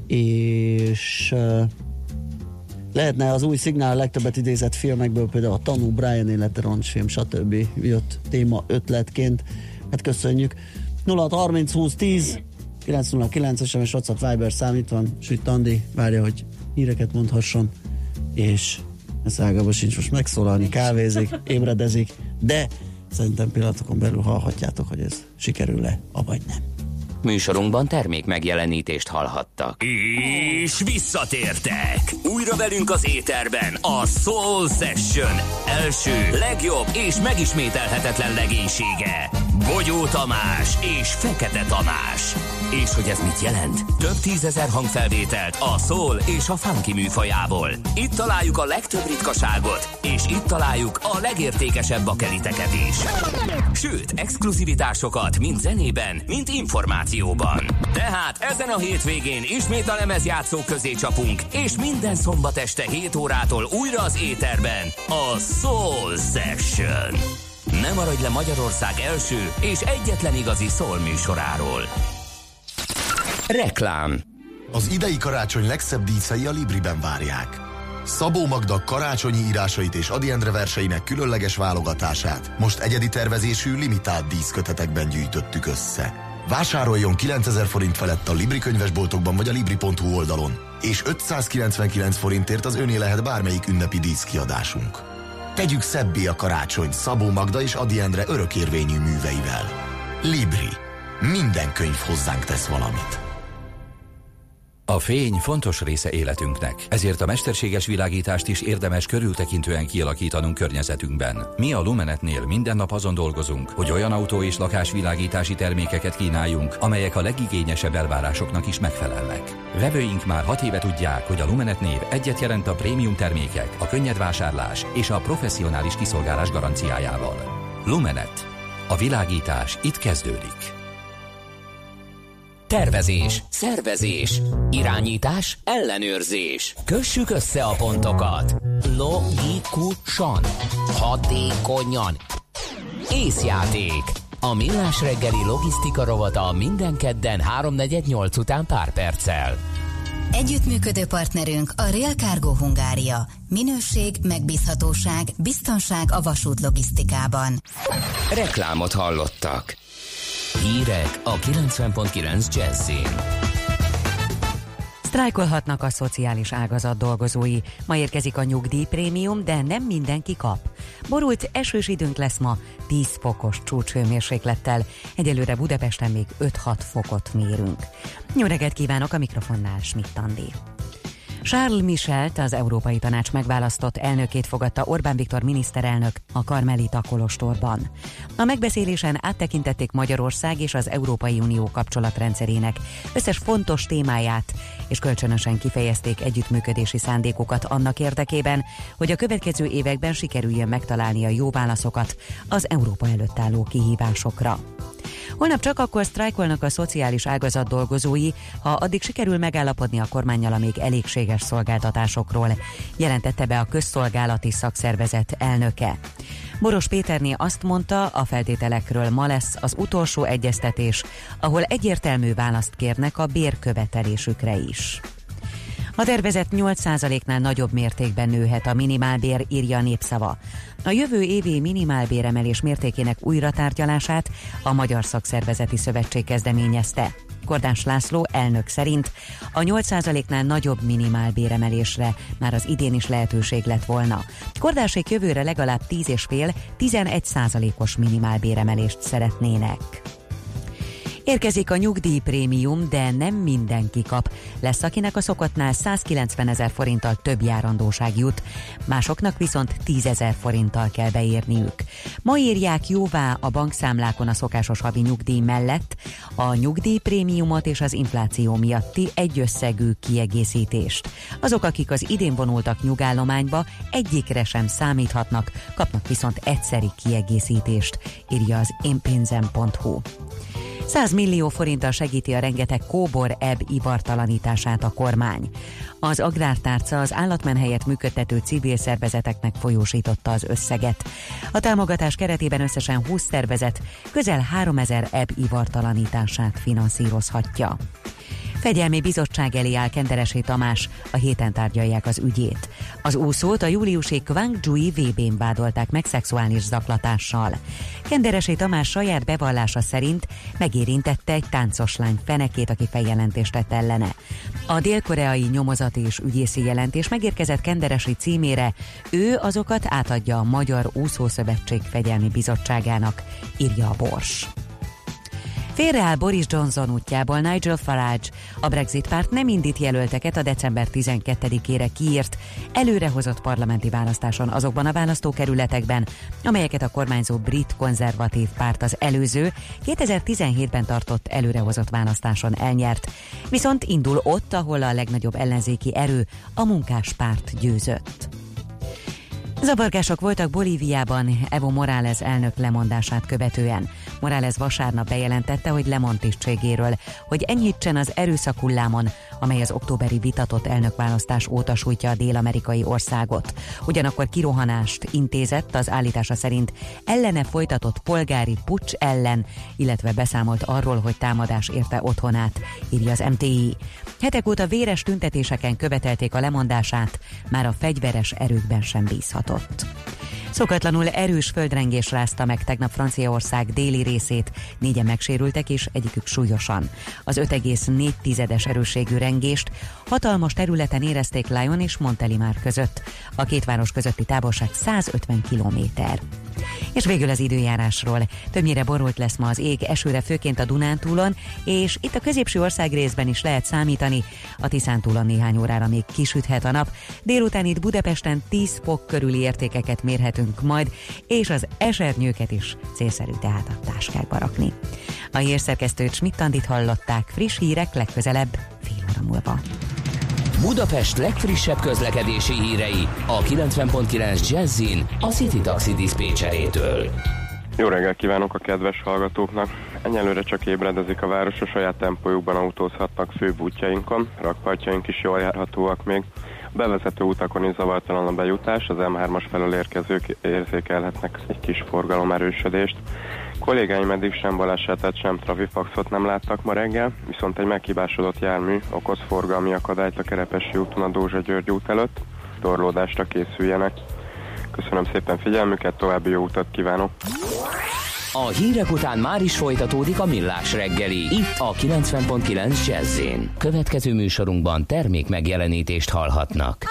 és uh, lehetne az új szignál legtöbbet idézett filmekből, például a Tanú, Brian élete, roncsfilm, stb. Jött téma ötletként. Hát köszönjük. nulla hat harminc húsz tíz kilenc nulla kilenc es em es WhatsApp Viber szám, itt van Süt Andi, várja, hogy híreket mondhasson, és ez ágában sincs most megszólalni, kávézik, ébredezik, de szerintem pillanatokon belül hallhatjátok, hogy ez sikerül-e, avagy nem. Műsorunkban termék megjelenítést hallhattak. És visszatértek! Újra velünk az éterben a Soul Session első, legjobb és megismételhetetlen legénysége. Bogyó Tamás és Fekete Tamás. És hogy ez mit jelent? Több tízezer hangfelvételt a soul és a funky műfajából. Itt találjuk a legtöbb ritkaságot, és itt találjuk a legértékesebb bakeliteket is. Sőt, exkluzivitásokat mind zenében, mind információban. Tehát ezen a hétvégén ismét a lemezjátszók közé csapunk, és minden szombat este hét órától újra az éterben a Soul Session. Ne maradj le Magyarország első és egyetlen igazi soul műsoráról. Reklám. Az idei karácsony legszebb díszei a Libriben várják. Szabó Magda karácsonyi írásait és Ady Endre verseinek különleges válogatását most egyedi tervezésű limitált díszkötetekben gyűjtöttük össze. Vásároljon kilencezer forint felett a Libri könyvesboltokban vagy a libri pont hu oldalon, és ötszázkilencvenkilenc forintért az öné lehet bármelyik ünnepi díszkiadásunk. Tegyük szebbé a karácsony Szabó Magda és Ady Endre örökérvényű műveivel. Libri. Minden könyv hozzánk tesz valamit. A fény fontos része életünknek, ezért a mesterséges világítást is érdemes körültekintően kialakítanunk környezetünkben. Mi a Lumenetnél minden nap azon dolgozunk, hogy olyan autó- és lakásvilágítási termékeket kínáljunk, amelyek a legigényesebb elvárásoknak is megfelelnek. Vevőink már hat éve tudják, hogy a Lumenet név egyet jelent a prémium termékek, a könnyed vásárlás és a professzionális kiszolgálás garanciájával. Lumenet. A világítás itt kezdődik. Tervezés, szervezés, irányítás, ellenőrzés. Kössük össze a pontokat. Logikusan, hatékonyan. Észjáték. A Millás reggeli logisztika rovata minden kedden háromnegyed nyolc után pár perccel. Együttműködő partnerünk a Rail Cargo Hungária. Minőség, megbízhatóság, biztonság a vasút logisztikában. Reklámot hallottak. Hírek a kilencven pont kilenc Jazzin. Sztrájkolhatnak a szociális ágazat dolgozói. Ma érkezik a nyugdíjprémium, de nem mindenki kap. Borult, esős időnk lesz ma, tíz fokos csúcshőmérséklettel. Egyelőre Budapesten még öt-hat fokot mérünk. Jó reggelt kívánok, a mikrofonnál Schmidt Andi. Charles Michelt, az Európai Tanács megválasztott elnökét fogadta Orbán Viktor miniszterelnök a Karmelita kolostorban. A megbeszélésen áttekintették Magyarország és az Európai Unió kapcsolatrendszerének összes fontos témáját, és kölcsönösen kifejezték együttműködési szándékukat annak érdekében, hogy a következő években sikerüljön megtalálni a jó válaszokat az Európa előtt álló kihívásokra. Holnap csak akkor sztrájkolnak a szociális ágazat dolgozói, ha addig sikerül megállapodni a kormánnyal a még elégséges szolgáltatásokról, jelentette be a közszolgálati szakszervezet elnöke. Boros Péterné azt mondta, a feltételekről ma lesz az utolsó egyeztetés, ahol egyértelmű választ kérnek a bérkövetelésükre is. A tervezett nyolc százaléknál nagyobb mértékben nőhet a minimálbér, írja a Népszava. A jövő évi minimálbéremelés mértékének újratárgyalását a Magyar Szakszervezeti Szövetség kezdeményezte. Kordás László elnök szerint a nyolc százaléknál nagyobb minimálbéremelésre már az idén is lehetőség lett volna. Kordásék jövőre legalább tíz egész öt-tizenegy százalékos minimálbéremelést szeretnének. Érkezik a nyugdíjprémium, de nem mindenki kap. Lesz, akinek a szokottnál százkilencven ezer forinttal több járandóság jut, másoknak viszont tízezer forinttal kell beérniük. Ma írják jóvá a bankszámlákon a szokásos havi nyugdíj mellett a nyugdíjprémiumot és az infláció miatti egyösszegű kiegészítést. Azok, akik az idén vonultak nyugállományba, egyikre sem számíthatnak, kapnak viszont egyszeri kiegészítést, írja az énpénzem pont hu. száz millió forinttal segíti a rengeteg kóbor-eb ivartalanítását a kormány. Az Agrártárca az állatmenhelyet működtető civil szervezeteknek folyósította az összeget. A támogatás keretében összesen húsz szervezet közel háromezer eb ivartalanítását finanszírozhatja. Fegyelmi bizottság elé áll Kenderessy Tamás, a héten tárgyalják az ügyét. Az úszót a júliusi Gwangju-i vé bén vádolták meg szexuális zaklatással. Kenderessy Tamás saját bevallása szerint megérintette egy táncos lány fenekét, aki feljelentést tett ellene. A dél-koreai nyomozati és ügyészi jelentés megérkezett Kenderessy címére, ő azokat átadja a Magyar Úszószövetség Fegyelmi Bizottságának, írja a Bors. Félreáll Boris Johnson útjából Nigel Farage. A Brexit párt nem indít jelölteket a december tizenkettedikére kiírt, előrehozott parlamenti választáson azokban a választókerületekben, amelyeket a kormányzó brit konzervatív párt az előző, kétezer-tizenhétben tartott előrehozott választáson elnyert. Viszont indul ott, ahol a legnagyobb ellenzéki erő, a munkáspárt győzött. Zavargások voltak Bolíviában Evo Morales elnök lemondását követően. Morales vasárnap bejelentette, hogy lemond tisztségéről, hogy enyhítsen az erőszakhullámon, amely az októberi vitatott elnökválasztás óta sújtja a dél-amerikai országot. Ugyanakkor kirohanást intézett az állítása szerint ellene folytatott polgári puccs ellen, illetve beszámolt arról, hogy támadás érte otthonát, írja az em té i. Hetek óta véres tüntetéseken követelték a lemondását, már a fegyveres erőkben sem bízhatott. Szokatlanul erős földrengés rázta meg tegnap Franciaország déli részét, négyen megsérültek és egyikük súlyosan. Az öt egész négy tizedes erősségű rengést hatalmas területen érezték Lyon és Montelimar között. A két város közötti távolság százötven kilométer. És végül az időjárásról. Többnyire borult lesz ma az ég, esőre főként a Dunántúlon, és itt a középső ország részben is lehet számítani. A Tiszántúlon néhány órára még kisüthet a nap. Délután itt Budapesten tíz fok körüli értékeket mérhetünk majd, és az esernyőket is célszerű tehát a táskákba rakni. A hírszerkesztőt Schmidt Andit hallották, friss hírek legközelebb fél óra múlva. Budapest legfrissebb közlekedési hírei a kilencven pont kilenc Jazzin a City Taxi diszpécserétől. Jó reggelt kívánok a kedves hallgatóknak! Egyelőre csak ébredezik a város, a saját tempójukban autózhatnak főbb útjainkon, rakpartjaink is jól járhatóak még. A bevezető utakon is zavartalan a bejutás, az em hármas felől érkezők érzékelhetnek egy kis forgalomerősödést. Kollégáim eddig sem balesetet, sem trafifaxot nem láttak ma reggel, viszont egy meghibásodott jármű okoz forgalmi akadályt a Kerepesi úton a Dózsa-György út előtt. Torlódásra készüljenek. Köszönöm szépen figyelmüket, további jó utat kívánok! A hírek után már is folytatódik a Millás reggeli, itt a kilencven pont kilenc Jazz-én. Következő műsorunkban termék megjelenítést hallhatnak.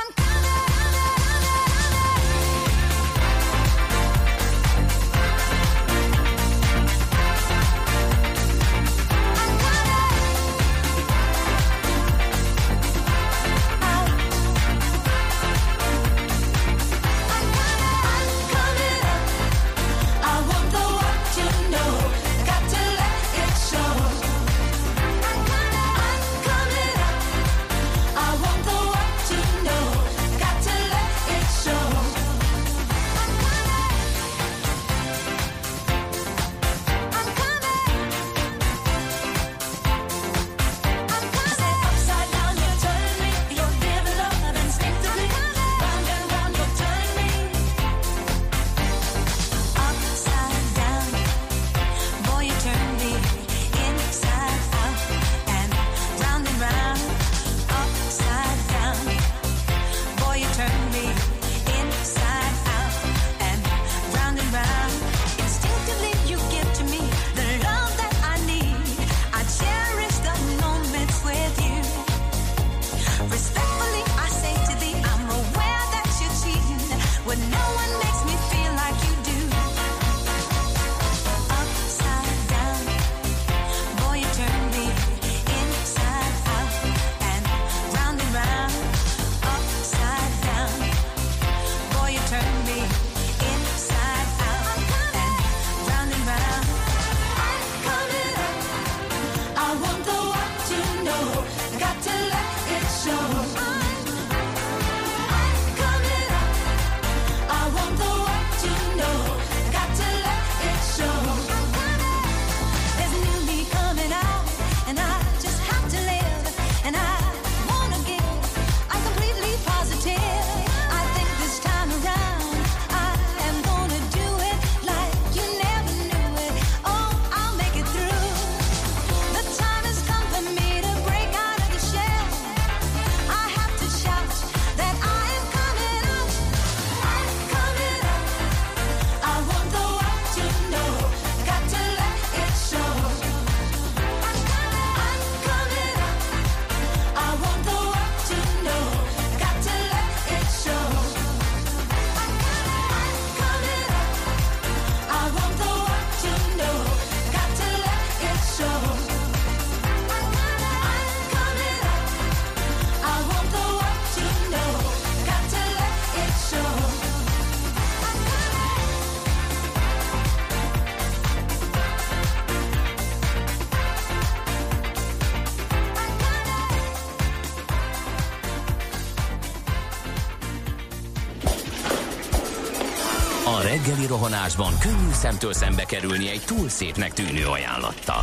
A reggeli rohanásban könnyű szemtől szembe kerülni egy túl szépnek tűnő ajánlattal.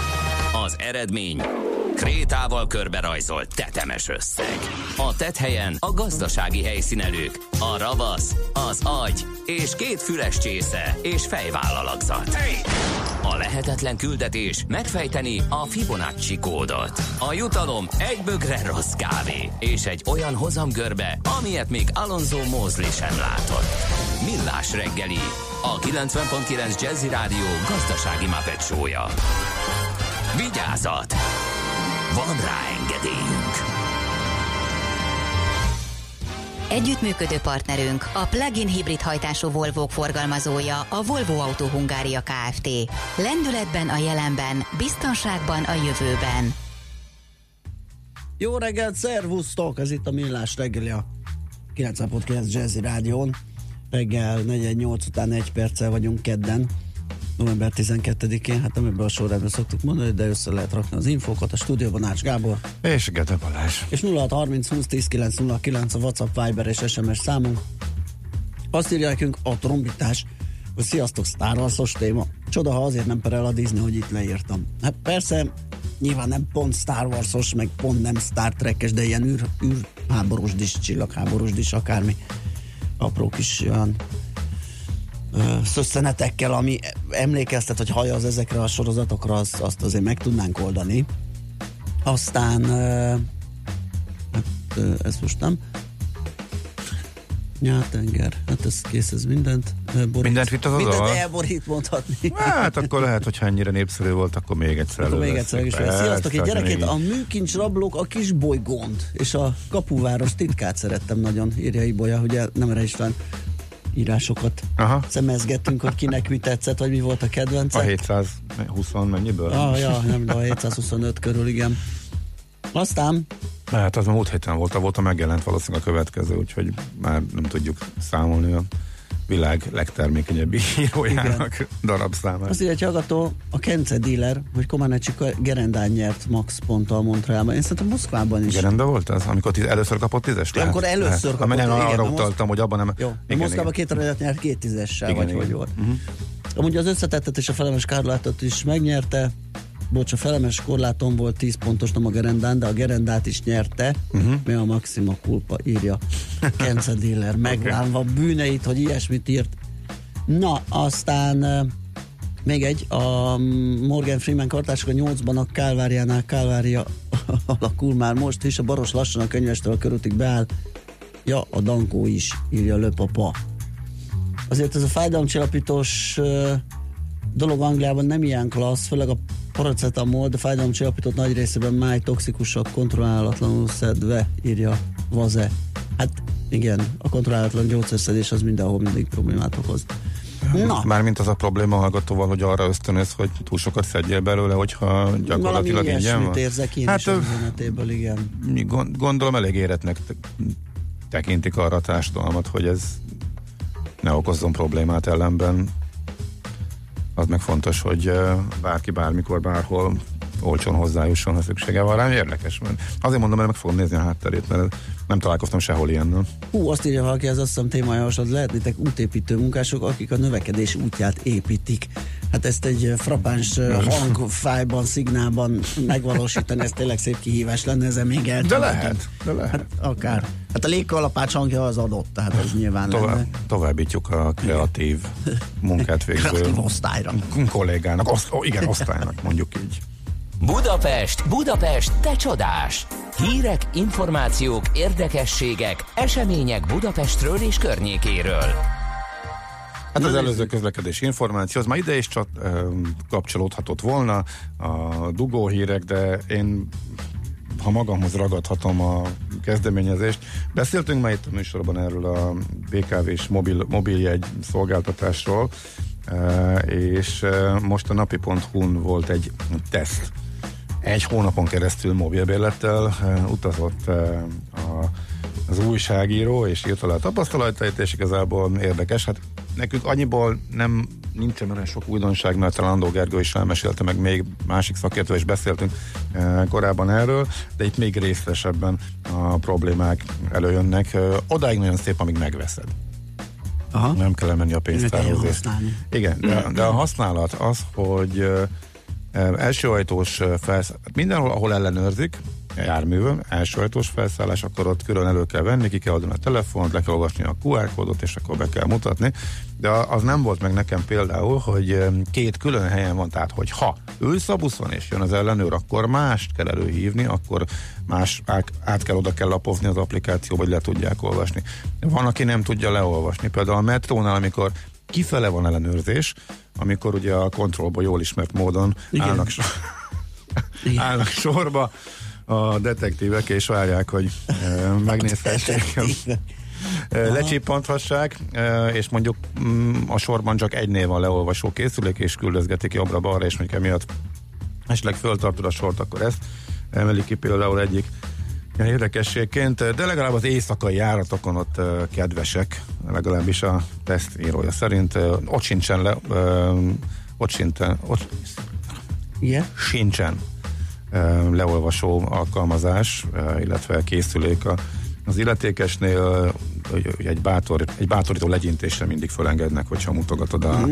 Az eredmény krétával körberajzolt tetemes összeg. A tetthelyen a gazdasági helyszínelők, a ravasz, az agy és két füles csésze és fejvállalakzat. A lehetetlen küldetés megfejteni a Fibonacci kódot. A jutalom egy bögre rossz kávé és egy olyan hozamgörbe, amilyet még Alonso Mosley sem látott. Millás reggeli, a kilencven pont kilenc Jazzy Rádió gazdasági Muppet show-ja. Vigyázat! Van rá engedélyünk! Együttműködő partnerünk, a plug-in hibrid hajtású Volvo forgalmazója, a Volvo Autó Hungária Kft. Lendületben a jelenben, biztonságban a jövőben. Jó reggelt, szervusztok! Ez itt a Millás reggeli, a kilencven pont kilenc Jazzy Rádión. Reggel negyven nyolc után egy perccel vagyunk kedden, november tizenkettedikén, hát nem ebből a sorrendben szoktuk mondani, de össze lehet rakni az infókat. A stúdióban Ács Gábor és Gede Balázs. És nulla hat harminc húsz tíz kilenc nulla kilenc a WhatsApp, Viber és es em es számunk. Azt írja nekünk a trombitás, hogy sziasztok, Star Wars-os téma. Csoda, ha azért nem perel a Disney, hogy itt leírtam. Hát persze, nyilván nem pont Star Wars-os, meg pont nem Star Trek-es, de ilyen űr, űrháborús is, csillagháborús is, akármi apró kis olyan szösszenetekkel, ami emlékeztet, hogy hajaz ezekre a sorozatokra, az, azt azért meg tudnánk oldani. Aztán hát ez most nem Nyátenger, hát ez kész, ez mindent borít. Mindent vitt az az Mindent elborít, mondhatni. Hát akkor lehet, hogyha ennyire népszerű volt, akkor még egyszer Akkor még egyszer is. Sziasztok, egy gyerekét, a műkincs rablók a kis bolygónt és a kapuváros titkát szerettem nagyon, írja Ibolya, ugye nem erre István írásokat Aha. szemezgettünk, hogy kinek mi tetszett, vagy mi volt a kedvence. A hétszázhúsz mennyiből? Ah, ja, nem, de a hétszázhuszonöt körül, igen. Aztán hát az már múlt héten volt, a volt a megjelent valószínűleg a következő, úgyhogy már nem tudjuk számolni a világ legtermékenyebb írójának igen. darabszámát. Azt írja egy hallgató, a Kence dealer, hogy Comaneci Gerendán nyert max ponttal Montrealban. Én szerintem Moszkvában is. Gerenda volt az? Amikor tiz, először kapott tízes? Ja, amikor először lehet. kapott. Nem, arra utaltam, hogy abban nem... Jó, igen, Moszkvában két aranyat nyert két tízessel, igen, vagy igen. hogy volt. Uh-huh. Amúgy az összetettet és a felemes kárlátot is megnyerte. Bocs, a felemes korláton volt tíz pontos, nem a Gerendán, de a Gerendát is nyerte, uh-huh. mi a maxima culpa, írja Kence dealer, meglánva okay. bűneit, hogy ilyesmit írt. Na, aztán uh, még egy, a Morgan Freeman kartások a nyolcban a Kálváriánál Kálvária alakul már most is, a Baros lassan a könyvestől a körútig beáll, ja, a Dankó is, írja Löpapa. Azért ez a fájdalomcsillapítós uh, dolog Angliában nem ilyen klassz, főleg a paracetamol, de fájdalomcsillapítót nagy részében máj toxikusak, kontrollálatlanul szedve, írja Vaze. Hát igen, a kontrollálatlan gyógyszerszedés az mindenhol mindig problémát okoz. Na. Mármint az a probléma hallgatóval, hogy arra ösztönöz, hogy túl sokat szedjél belőle, hogyha gyakorlatilag ingyen van. Érzek én hát, is az üzenetéből, igen. Gondolom elég éretnek tekintik arra a társadalmat, hogy ez ne okozzon problémát, ellenben az meg fontos, hogy bárki bármikor, bárhol olcsón hozzájusson, ha szüksége van rám. Érdekes, mert azért mondom, mert meg fogom nézni a hátterét, mert nem találkoztam sehol ilyennel. Hú, azt írja valaki, ez azt hiszem témájavaslat, lehetnétek útépítő munkások, akik a növekedés útját építik. Hát ezt egy frappáns hangfájban, szignálban megvalósítani, ez tényleg szép kihívás lenne, ezen még el. De lehet, de lehet. Hát akár. Hát a légkalapács hangja az adott, tehát ez nyilván Tovább, lenne. Továbbítjuk a kreatív munkát végző kreatív osztályra. kollégának, oszt, ó, igen, osztálynak, mondjuk így. Budapest, Budapest, te csodás! Hírek, információk, érdekességek, események Budapestről és környékéről. Hát az előző közlekedési információ, az már ide is csat, kapcsolódhatott volna, a dugó hírek, de én, ha magamhoz ragadhatom a kezdeményezést, beszéltünk már itt a műsorban erről a bé ká vé-s mobil, mobiljegy szolgáltatásról, és most a napi pont hu-n volt egy teszt. Egy hónapon keresztül mobilbérlettel uh, utazott uh, a, az újságíró, és írt alá a tapasztalatait, és igazából érdekes. Hát nekünk annyiból nem nincsen olyan sok újdonság, mert talán Andó Gergő is elmesélte, meg még másik szakértő is beszéltünk uh, korábban erről, de itt még részletesebben a problémák előjönnek. Uh, odáig nagyon szép, amíg megveszed. Aha. Nem kell menni a pénztárhoz. Igen, de, de a használat az, hogy uh, elsőajtós felszállás, mindenhol, ahol ellenőrzik járművön, elsőajtós felszállás, akkor ott külön elő kell venni, ki kell adni a telefont, le kell olvasni a kú ár kódot, és akkor be kell mutatni. De az nem volt meg nekem például, hogy két külön helyen van, tehát hogy ha ülsz a buszon és jön az ellenőr, akkor mást kell előhívni, akkor más át kell, oda kell lapozni az applikációba, hogy le tudják olvasni. Van, aki nem tudja leolvasni. Például a metrónál, amikor kifele van ellenőrzés, amikor ugye a kontrollba jól ismert módon állnak, so- állnak sorba a detektívek, és várják, hogy e, megnézhessék, e, lecsipanthassák, e, és mondjuk mm, a sorban csak egy név van leolvasó készülék, és küldözgetik jobbra-balra, és mondjuk emiatt esetleg föltartod a sort, akkor ezt emelik ki például egyik érdekességként, de legalább az éjszakai járatokon ott uh, kedvesek, legalábbis a tesztírója szerint. Uh, ott sincsen le, uh, ott sincsen, ott yeah. sincsen uh, leolvasó alkalmazás, uh, illetve készülék a, az illetékesnél, uh, egy, bátor, egy bátorító legyintésre mindig fölengednek, hogyha mutogatod a, mm.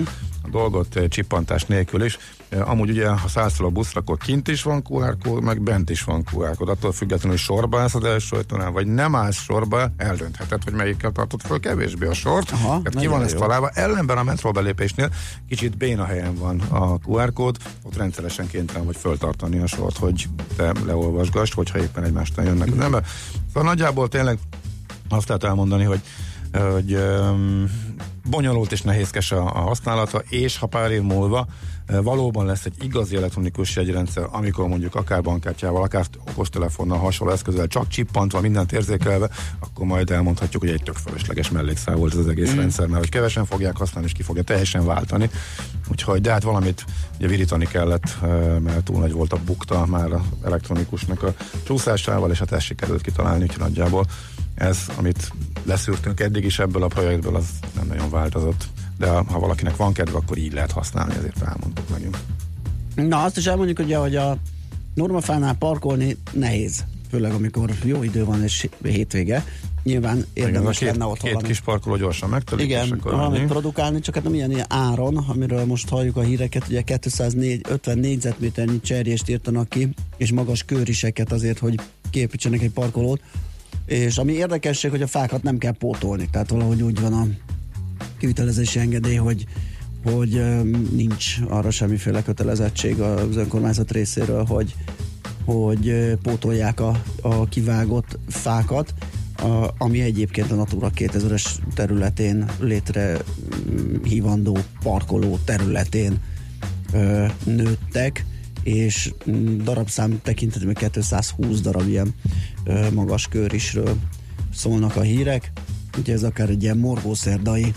a dolgot csippantás nélkül is. Amúgy ugye, ha szállsz fel a buszra, akkor kint is van kú er kód, meg bent is van kú er kód. Attól függetlenül, hogy sorba állsz az első ajtónál, vagy nem állsz sorba, eldöntheted, hogy melyikkel tartod föl kevésbé a sort. Aha, hát ki van ez találva. Ellenben a metró belépésnél kicsit béna helyen van a kú er kód, ott rendszeresen kénytelen vagy föltartani a sort, hogy te leolvasgass, hogyha éppen egymástán jönnek az ember. Szóval nagyjából tényleg azt lehet elmondani, hogy, hogy um, bonyolult és nehézkes a, a használata, és ha pár év múlva uh, valóban lesz egy igazi elektronikus jegyrendszer, amikor mondjuk akár bankkártyával, akár okostelefonnal, hasonló eszközzel csak csippantva, mindent érzékelve, akkor majd elmondhatjuk, hogy egy tök fölösleges mellékszál volt ez az egész mm. rendszer, mert hogy kevesen fogják használni, és ki fogja teljesen váltani. Úgyhogy, de hát valamit ugye virítani kellett, uh, mert túl nagy volt a bukta már az elektronikusnak a csúszásával, és hát ezt sikerült kitalálni, úgyhogy nagyjából ez, amit leszűrtünk eddig is ebből a projektből, az nem nagyon változott. De ha valakinek van kedve, akkor így lehet használni, ezért elmondtuk megint. Na, azt is elmondjuk, ugye, hogy a Normafánál parkolni nehéz, főleg amikor jó idő van és hétvége. Nyilván érdemes két, lenne ott két valami. kis parkoló gyorsan megtelik. Igen, valamit produkálni, csak hát nem ilyen, ilyen áron, amiről most halljuk a híreket, ugye kétszázötven négyzetméternyi cserjést írtanak ki, és magas köriseket azért, hogy kiépítsenek egy parkolót. És ami érdekesség, hogy a fákat nem kell pótolni, tehát valahogy úgy van a kivitelezési engedély, hogy, hogy um, nincs arra semmiféle kötelezettség az önkormányzat részéről, hogy, hogy uh, pótolják a, a kivágott fákat, a, ami egyébként a Natura kétezres területén létre um, hívandó parkoló területén uh, nőttek, és darabszám tekintetében kétszázhúsz darab ilyen ö, magas körisről szólnak a hírek, ugye ez akár egy ilyen morgószerdai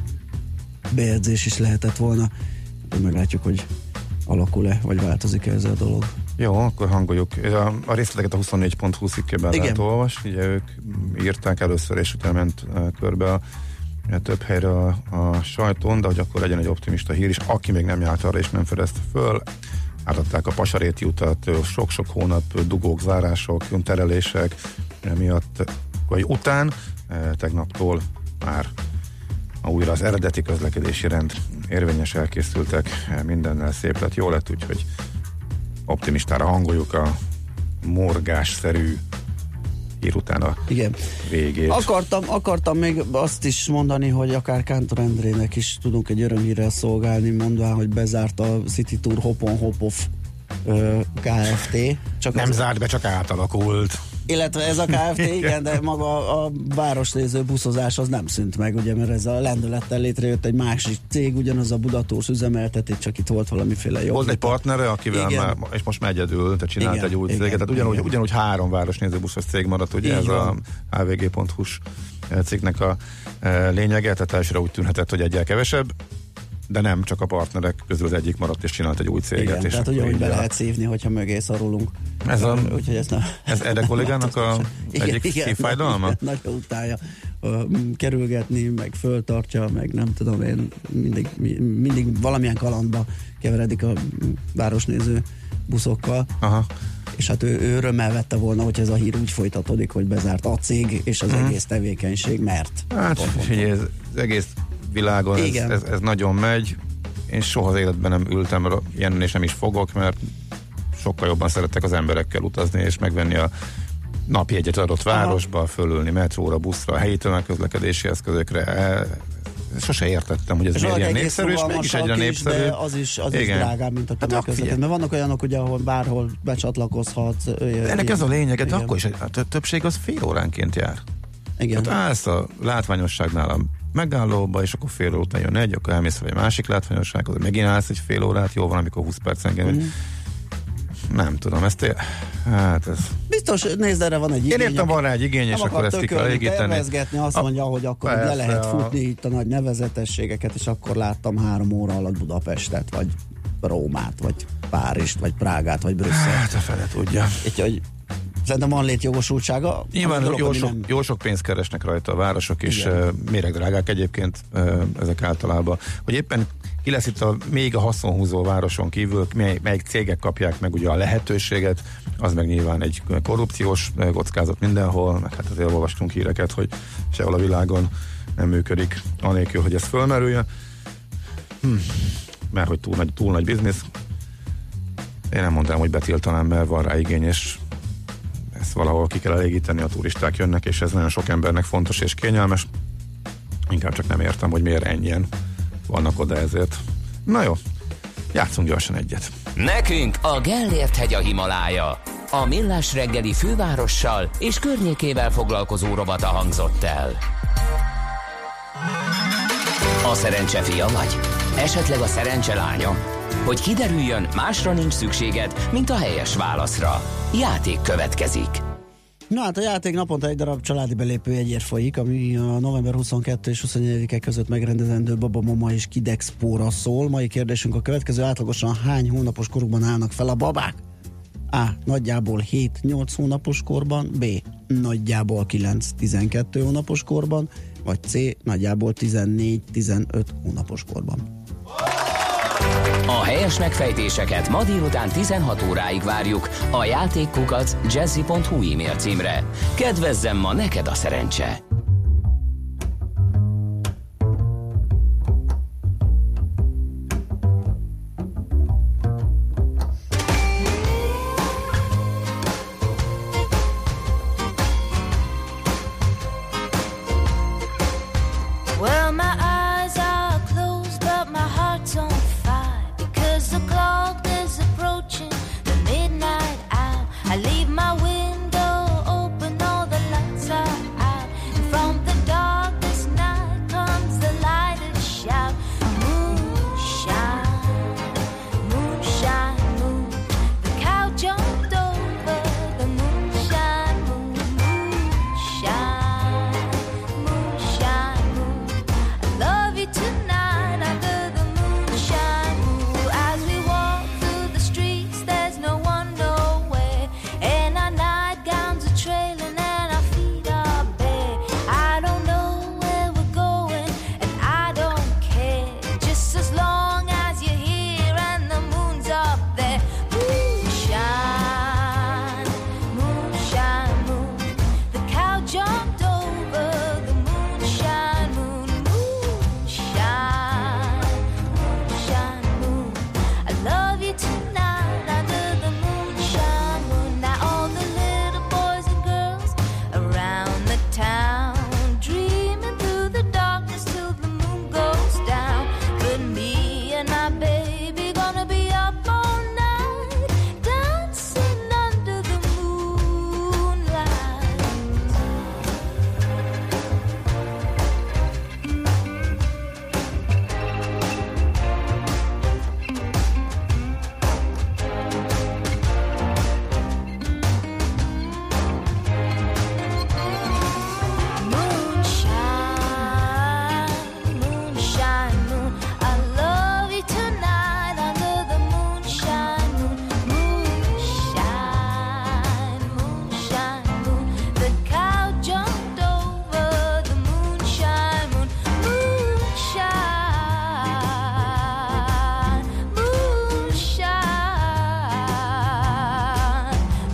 bejegyzés is lehetett volna, de meglátjuk, hogy alakul-e, vagy változik-e ez a dolog. Jó, akkor hangoljuk. A, a részleteket a huszonnégy pont hu cikkében lehet olvasni, ugye ők írták először, és utána ment uh, körbe a több helyre a, a sajtón, de hogy akkor legyen egy optimista hír is, aki még nem járt arra és nem fedezte föl, átadták a Pasaréti utat, sok-sok hónap dugók, zárások, terelések miatt, vagy után, tegnaptól már újra az eredeti közlekedési rend érvényes, elkészültek, mindennel szép lett, jó lett, úgyhogy optimistára hangoljuk a morgásszerű hír után a Igen. végét. Akartam, akartam még azt is mondani, hogy akár Kántor Endrének is tudunk egy örömhírrel szolgálni, mondván, hogy bezárt a City Tour Hopon Hopoff Kft. Csak nem az... zárt be, csak átalakult. Illetve ez a Kft. Igen, de maga a városnéző buszozás az nem szűnt meg, ugye, mert ez a lendülettel létrejött egy másik cég, ugyanaz a Budatórs üzemeltetét, csak itt volt valamiféle jó. Volt egy partnere, akivel már, és most már egyedül, tehát csinált igen, egy új céget, tehát ugyanúgy, ugyanúgy három városnéző buszos cég maradt, ugye így ez van. A há vé gé pont hu-s cikknek a lényege, tehát elsőre úgy tűnhetett, hogy egyel kevesebb, de nem, csak a partnerek közül az egyik maradt és csinált egy új céget. Igen, és tehát ugye, hogy be a... lehet szívni, hogyha mögé szorulunk. Ez, a, úgyhogy ez, nem... ez Ede kollégának a igen, egyik igen, szívfájdalma? Nagyon utálja uh, kerülgetni, meg föltartja, meg nem tudom én, mindig, mindig valamilyen kalandba keveredik a városnéző buszokkal. Aha. És hát ő, ő örömmel vette volna, hogy ez a hír úgy folytatódik, hogy bezárt a cég és az hmm. egész tevékenység, mert... Hát, figyelj, ez, az egész világon ez, ez, ez nagyon megy. Én soha az életben nem ültem ilyen, és nem is fogok, mert sokkal jobban szeretek az emberekkel utazni, és megvenni a napjegyet adott városba, fölülni metróra, buszra, helyi tömegközlekedési eszközökre. Sose értettem, hogy ez és miért ilyen népszerű, és mégis egyre népszerű. De az is, az is drágább, mint a tömegközlekedés. Hát, mert vannak olyanok, ugye, ahol bárhol becsatlakozhatsz. Ennek ez a lényeg, de akkor is a többség az fél óránként jár. Igen. Tehát állsz a látványosságnál a megállóba, és akkor fél óra után jön egy, akkor elmész egy másik látványossághoz, megint állsz egy fél órát, jó van, amikor húsz percenként. Mm. Nem tudom, ezt él... hát ez... Biztos, nézd, erre van egy igény. Én értem, van rá egy igény, és akkor ezt ki kell elégíteni. Tervezgetni, azt mondja, hogy akkor le lehet futni itt a nagy nevezetességeket, és akkor láttam három óra alatt Budapestet, vagy Rómát, vagy Párizst, vagy Prágát, vagy Brüsszelt. Hát a fele tudja. Úgyhogy szerintem van létjogosultsága. Nyilván dolog, jó, sok, nem... jó sok pénzt keresnek rajta a városok, és uh, méregdrágák egyébként uh, ezek általában. Hogy éppen ki lesz itt a, még a haszonhúzó városon kívül, mely, melyik cégek kapják meg ugye a lehetőséget, az meg nyilván egy korrupciós kockázat mindenhol, meg hát azért olvastunk híreket, hogy sehol a világon nem működik, anélkül, hogy ez fölmerüljön. Hm. Mert hogy túl nagy, túl nagy biznisz. Én nem mondanám, hogy betiltanám, mert van rá igény, és ezt valahol ki kell elégíteni, a turisták jönnek, és ez nagyon sok embernek fontos és kényelmes. Inkább csak nem értem, hogy miért ennyien vannak oda ezért. Na jó, játszunk gyorsan egyet. Nekünk a Gellért hegy a Himalája. A Millás reggeli fővárossal és környékével foglalkozó rovata hangzott el. A szerencse fia vagy? Esetleg a szerencse lánya? Hogy kiderüljön, másra nincs szükséged, mint a helyes válaszra. Játék következik. Na hát a játék naponta egy darab családi belépő jegyért folyik, ami a november huszonkettő és huszonegyedike között megrendezendő Baba Mama és Kid Expo-ra szól. Mai kérdésünk a következő: átlagosan hány hónapos korukban állnak fel a babák? A. Nagyjából hét-nyolc hónapos korban, B. Nagyjából kilenc-tizenkét hónapos korban, vagy C. Nagyjából tizennégy-tizenöt hónapos korban. A helyes megfejtéseket ma délután tizenhat óráig várjuk a játékkukac jazzy pont hu e-mail címre. Kedvezzem ma neked a szerencse! Well, my eyes are closed, but my heart's on fire, because the clock is approaching the midnight hour. I leave my window open, all the lights are out, and from the darkest night comes the lighted shout. Moonshine, moonshine, moon. The cow jumped over the moonshine moon. Moonshine, moonshine moon. Love you tonight under the moonshine moon. As we walk through the streets, there's no one nowhere, and our nightgowns are trailing and our feet are bare. I don't know where we're going, and I don't care, just as long as you're here and the moon's up there. Moonshine, moonshine moon. The cow jumped over the moonshine moon. Moonshine, moonshine moon. I love you tonight under the moonshine moon. Now all the little boys and girls around the town, dreaming through the darkness till the moon goes down. But me and my baby gonna be up all night, dancing under the moonlight. Moonshine, moonshine moon. I love you tonight under the moonshine moon. Moonshine, moonshine moon. The cow jumped over the moonshine moon. Moonshine, moonshine,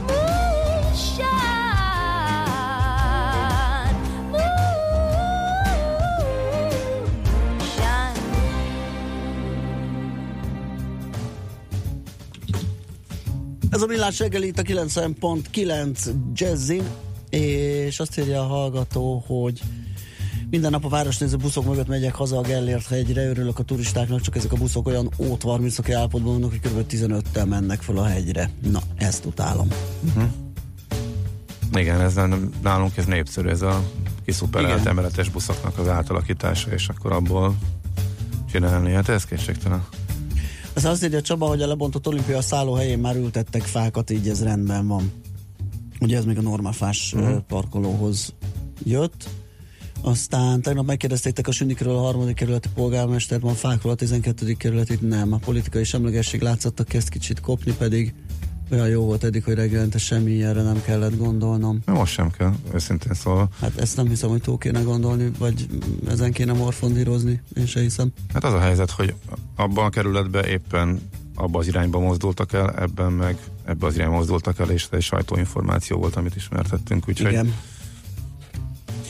moonshine, moonshine. Ez a Millás reggel itt a kilencven pont kilenc Jazzin, és azt írja a hallgató, hogy minden nap a városnéző buszok mögött megyek haza a Gellért hegyre, örülök a turistáknak, csak ezek a buszok olyan ótvar műszaki állapotban vannak, hogy kb. tizenöttel mennek fel a hegyre. Na, ezt utálom. Uh-huh. Igen, ez nálunk ez népszerű, ez a kiszuperelt Igen. emeletes buszoknak az átalakítása, és akkor abból csinálni, hát ez kétségtelen. Ez azt írja Csaba, hogy a lebontott olimpia szállóhelyén már ültettek fákat, így ez rendben van. Ugye ez még a normálfás uh-huh. parkolóhoz jött. Aztán tegnap megkérdeztétek a Sündikről a harmadik kerületi polgármestert, van fákról a tizenkettedik kerületit, nem. A politikai semlegesség látszottak kezd kicsit kopni, pedig olyan jó volt eddig, hogy reggelente semmi ilyenre nem kellett gondolnom. Most sem kell, őszintén szólva. Hát ezt nem hiszem, hogy túl kéne gondolni, vagy ezen kéne morfondírozni, én se hiszem. Hát az a helyzet, hogy abban a kerületben éppen abba az irányba mozdultak el, ebben meg ebbe az irányba mozdultak el, és ez egy sajtóinformáció volt, amit ismertettünk, úgyhogy... Igen.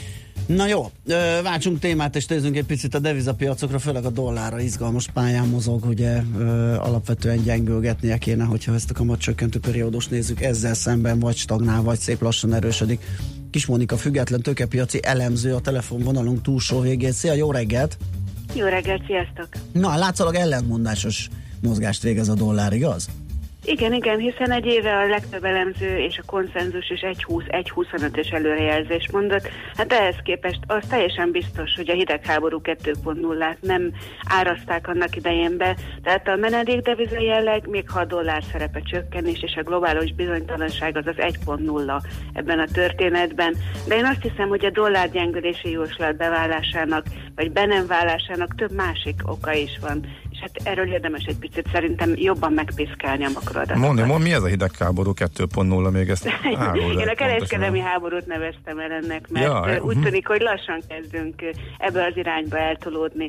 Na jó, váltsunk témát és nézzünk egy picit a devizapiacokra, főleg a dollárra izgalmas pályán mozog, ugye alapvetően gyengülgetnie kéne, hogyha ezt a kamatcsökkentő periódust nézzük, ezzel szemben vagy stagnál, vagy szép lassan erősödik. Kis Mónika, független tőkepiaci elemző a telefonvonalunk túlsó végén. Szia, jó reggelt! Jó reggelt, sziasztok! Na, látszólag ellentmondásos mozgást végez a dollár, igaz? Igen, igen, hiszen egy éve a legtöbb elemző és a konszenzus is egy húsz egy huszonötös előrejelzést mondott. Hát ehhez képest az teljesen biztos, hogy a hidegháború kettő pont nullát nem árazták annak idején be, tehát a menedékdeviza jelleg, még ha a dollár szerepe csökkenés és a globális bizonytalanság az az egy pont nulla ebben a történetben. De én azt hiszem, hogy a dollár gyengülési jóslat beválásának, vagy be nem válásának több másik oka is van. És hát erről érdemes egy picit szerintem jobban megpiszkálni a makroadatokat. Mondj, mond, mi ez a hidegháború kettő pont nulla, még ezt árul. Én a kereskedelmi háborút neveztem el ennek, mert ja, úgy tűnik, hogy lassan kezdünk ebbe az irányba eltolódni.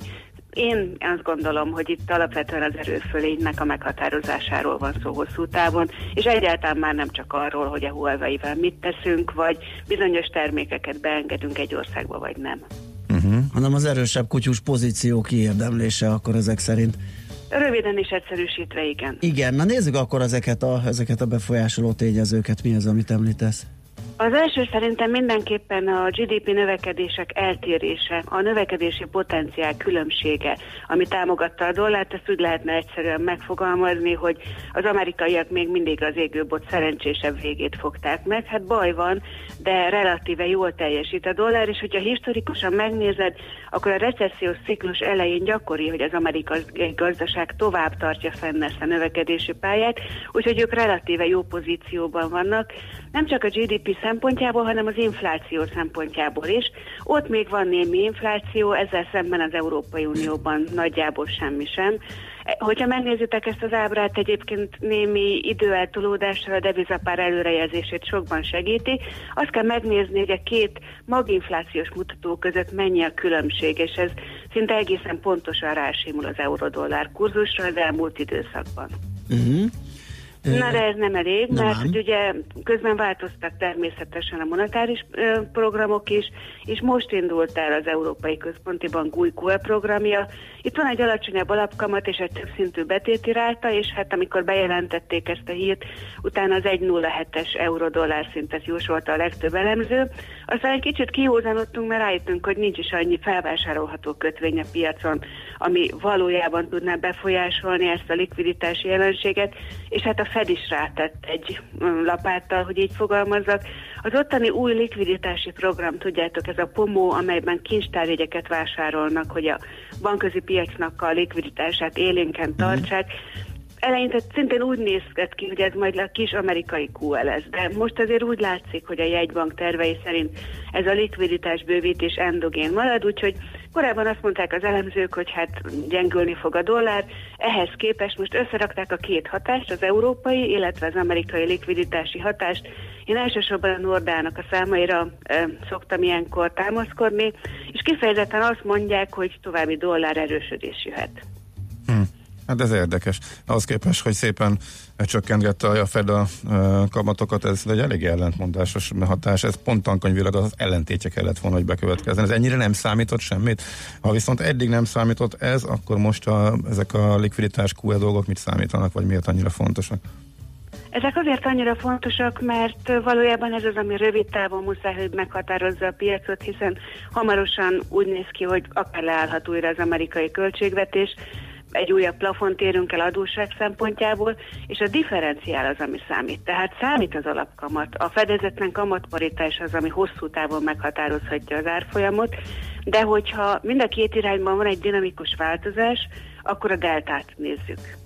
Én azt gondolom, hogy itt alapvetően az erőfölénynek a meghatározásáról van szó hosszú távon, és egyáltalán már nem csak arról, hogy a Huawei-vel mit teszünk, vagy bizonyos termékeket beengedünk egy országba, vagy nem. Uh-huh. Hanem az erősebb kutyus pozíció kiérdemlése akkor ezek szerint. Röviden és egyszerűsítve, igen. Igen, na nézzük akkor ezeket a, ezeket a befolyásoló tényezőket, mi az, amit említesz? Az első szerintem mindenképpen a gé dé pé növekedések eltérése, a növekedési potenciál különbsége, ami támogatta a dollárt, ezt úgy lehetne egyszerűen megfogalmazni, hogy az amerikaiak még mindig az égőbot szerencsésebb végét fogták meg. Hát baj van, de relatíve jól teljesít a dollár, és hogyha historikusan megnézed, akkor a recessziós ciklus elején gyakori, hogy az amerikai gazdaság tovább tartja fenn ezt a növekedési pályát, úgyhogy ők relatíve jó pozícióban vannak, nem csak a gé dé pé szempontjából, hanem az infláció szempontjából is. Ott még van némi infláció, ezzel szemben az Európai Unióban nagyjából semmi sem. Hogyha megnézitek ezt az ábrát, egyébként némi időeltolódással a devizapár előrejelzését sokban segíti. Azt kell megnézni, hogy a két maginflációs mutató között mennyi a különbség, és ez szinte egészen pontosan rásimul az euró-dollár kurzusra az elmúlt időszakban. Uh-huh. Na, de ez nem elég, nem mert hogy ugye közben változtak természetesen a monetáris ö, programok is, és most indult el az Európai Központi Bank új kú e programja. Itt van egy alacsonyabb alapkamat és egy többszintű betéti ráta, és hát amikor bejelentették ezt a hírt, utána az egy egész nulla hetes euró-dollár szintet jósolta a legtöbb elemző. Aztán egy kicsit kiózanodtunk, mert rájöttünk, hogy nincs is annyi felvásárolható kötvény a piacon, ami valójában tudná befolyásolni ezt a likviditási jelenséget, és hát a Fed is rátett egy lapáttal, hogy így fogalmazzak. Az ottani új likviditási program, tudjátok, ez a pomó, amelyben kincstárjegyeket vásárolnak, hogy a bankközi piacnak a likviditását élénken tartsák. Eleinte szintén úgy nézett ki, hogy ez majd a kis amerikai kú e lesz, de most azért úgy látszik, hogy a jegybank tervei szerint ez a likviditás bővítés endogén marad, úgyhogy korábban azt mondták az elemzők, hogy hát gyengülni fog a dollár, ehhez képest most összerakták a két hatást, az európai, illetve az amerikai likviditási hatást. Én elsősorban a Nordának a számaira e, szoktam ilyenkor támaszkodni, és kifejezetten azt mondják, hogy további dollár erősödés jöhet. Hm. Hát ez érdekes. Ahhoz képest, hogy szépen csökkentgette a Fed a kamatokat, ez egy elég ellentmondásos hatás. Ez pont tankanyvilag az ellentétje kellett volna, hogy bekövetkezzen. Ez ennyire nem számított semmit. Ha viszont eddig nem számított ez, akkor most a, ezek a likviditás kú e dolgok mit számítanak, vagy miért annyira fontosak? Ezek azért annyira fontosak, mert valójában ez az, ami rövid távon muszáj, hogy meghatározza a piacot, hiszen hamarosan úgy néz ki, hogy akár leállhat újra az amerikai költségvetés, egy újabb plafont érünk el adósság szempontjából, és a differenciál az, ami számít. Tehát számít az alapkamat. A fedezetlen kamatparitás az, ami hosszú távon meghatározhatja az árfolyamot, de hogyha mind a két irányban van egy dinamikus változás, akkor a deltát nézzük.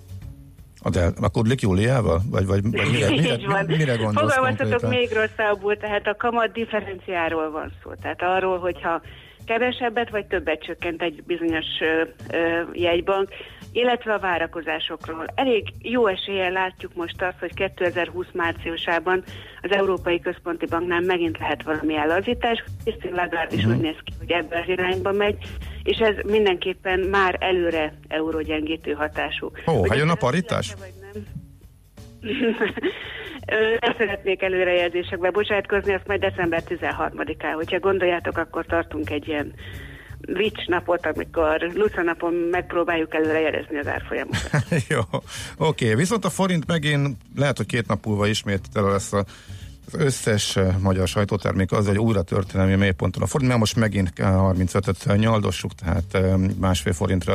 A del- a Kudlik Júliával? Vagy, vagy, vagy mire, mire, mire, mire gondolsz? Fogalmaztatok még rosszabbul, tehát a kamat differenciáról van szó. Tehát arról, hogyha kevesebbet vagy többet csökkent egy bizonyos ö, ö, jegybank, illetve a várakozásokról. Elég jó eséllyel látjuk most azt, hogy kétezer-húsz márciusában az Európai Központi Banknál megint lehet valami ellazítás. Christine Lagarde is uh-huh. úgy néz ki, hogy ebben az irányba megy, és ez mindenképpen már előre eurógyengítő hatású. Ó, oh, hát jön a paritás? Nem szeretnék előrejelzésekbe bocsátkozni, azt majd december tizenharmadikán, hogyha gondoljátok, akkor tartunk egy ilyen vicc napot, amikor Luca napon megpróbáljuk előrejelezni az árfolyamokat. Jó, oké. Okay. Viszont a forint megint lehet, hogy két nap múlva ismét tele lesz a az összes magyar sajtótermék az, hogy újra történelmi mélyponton a forint, mert most megint harmincötöt nyaldossuk, tehát másfél forintra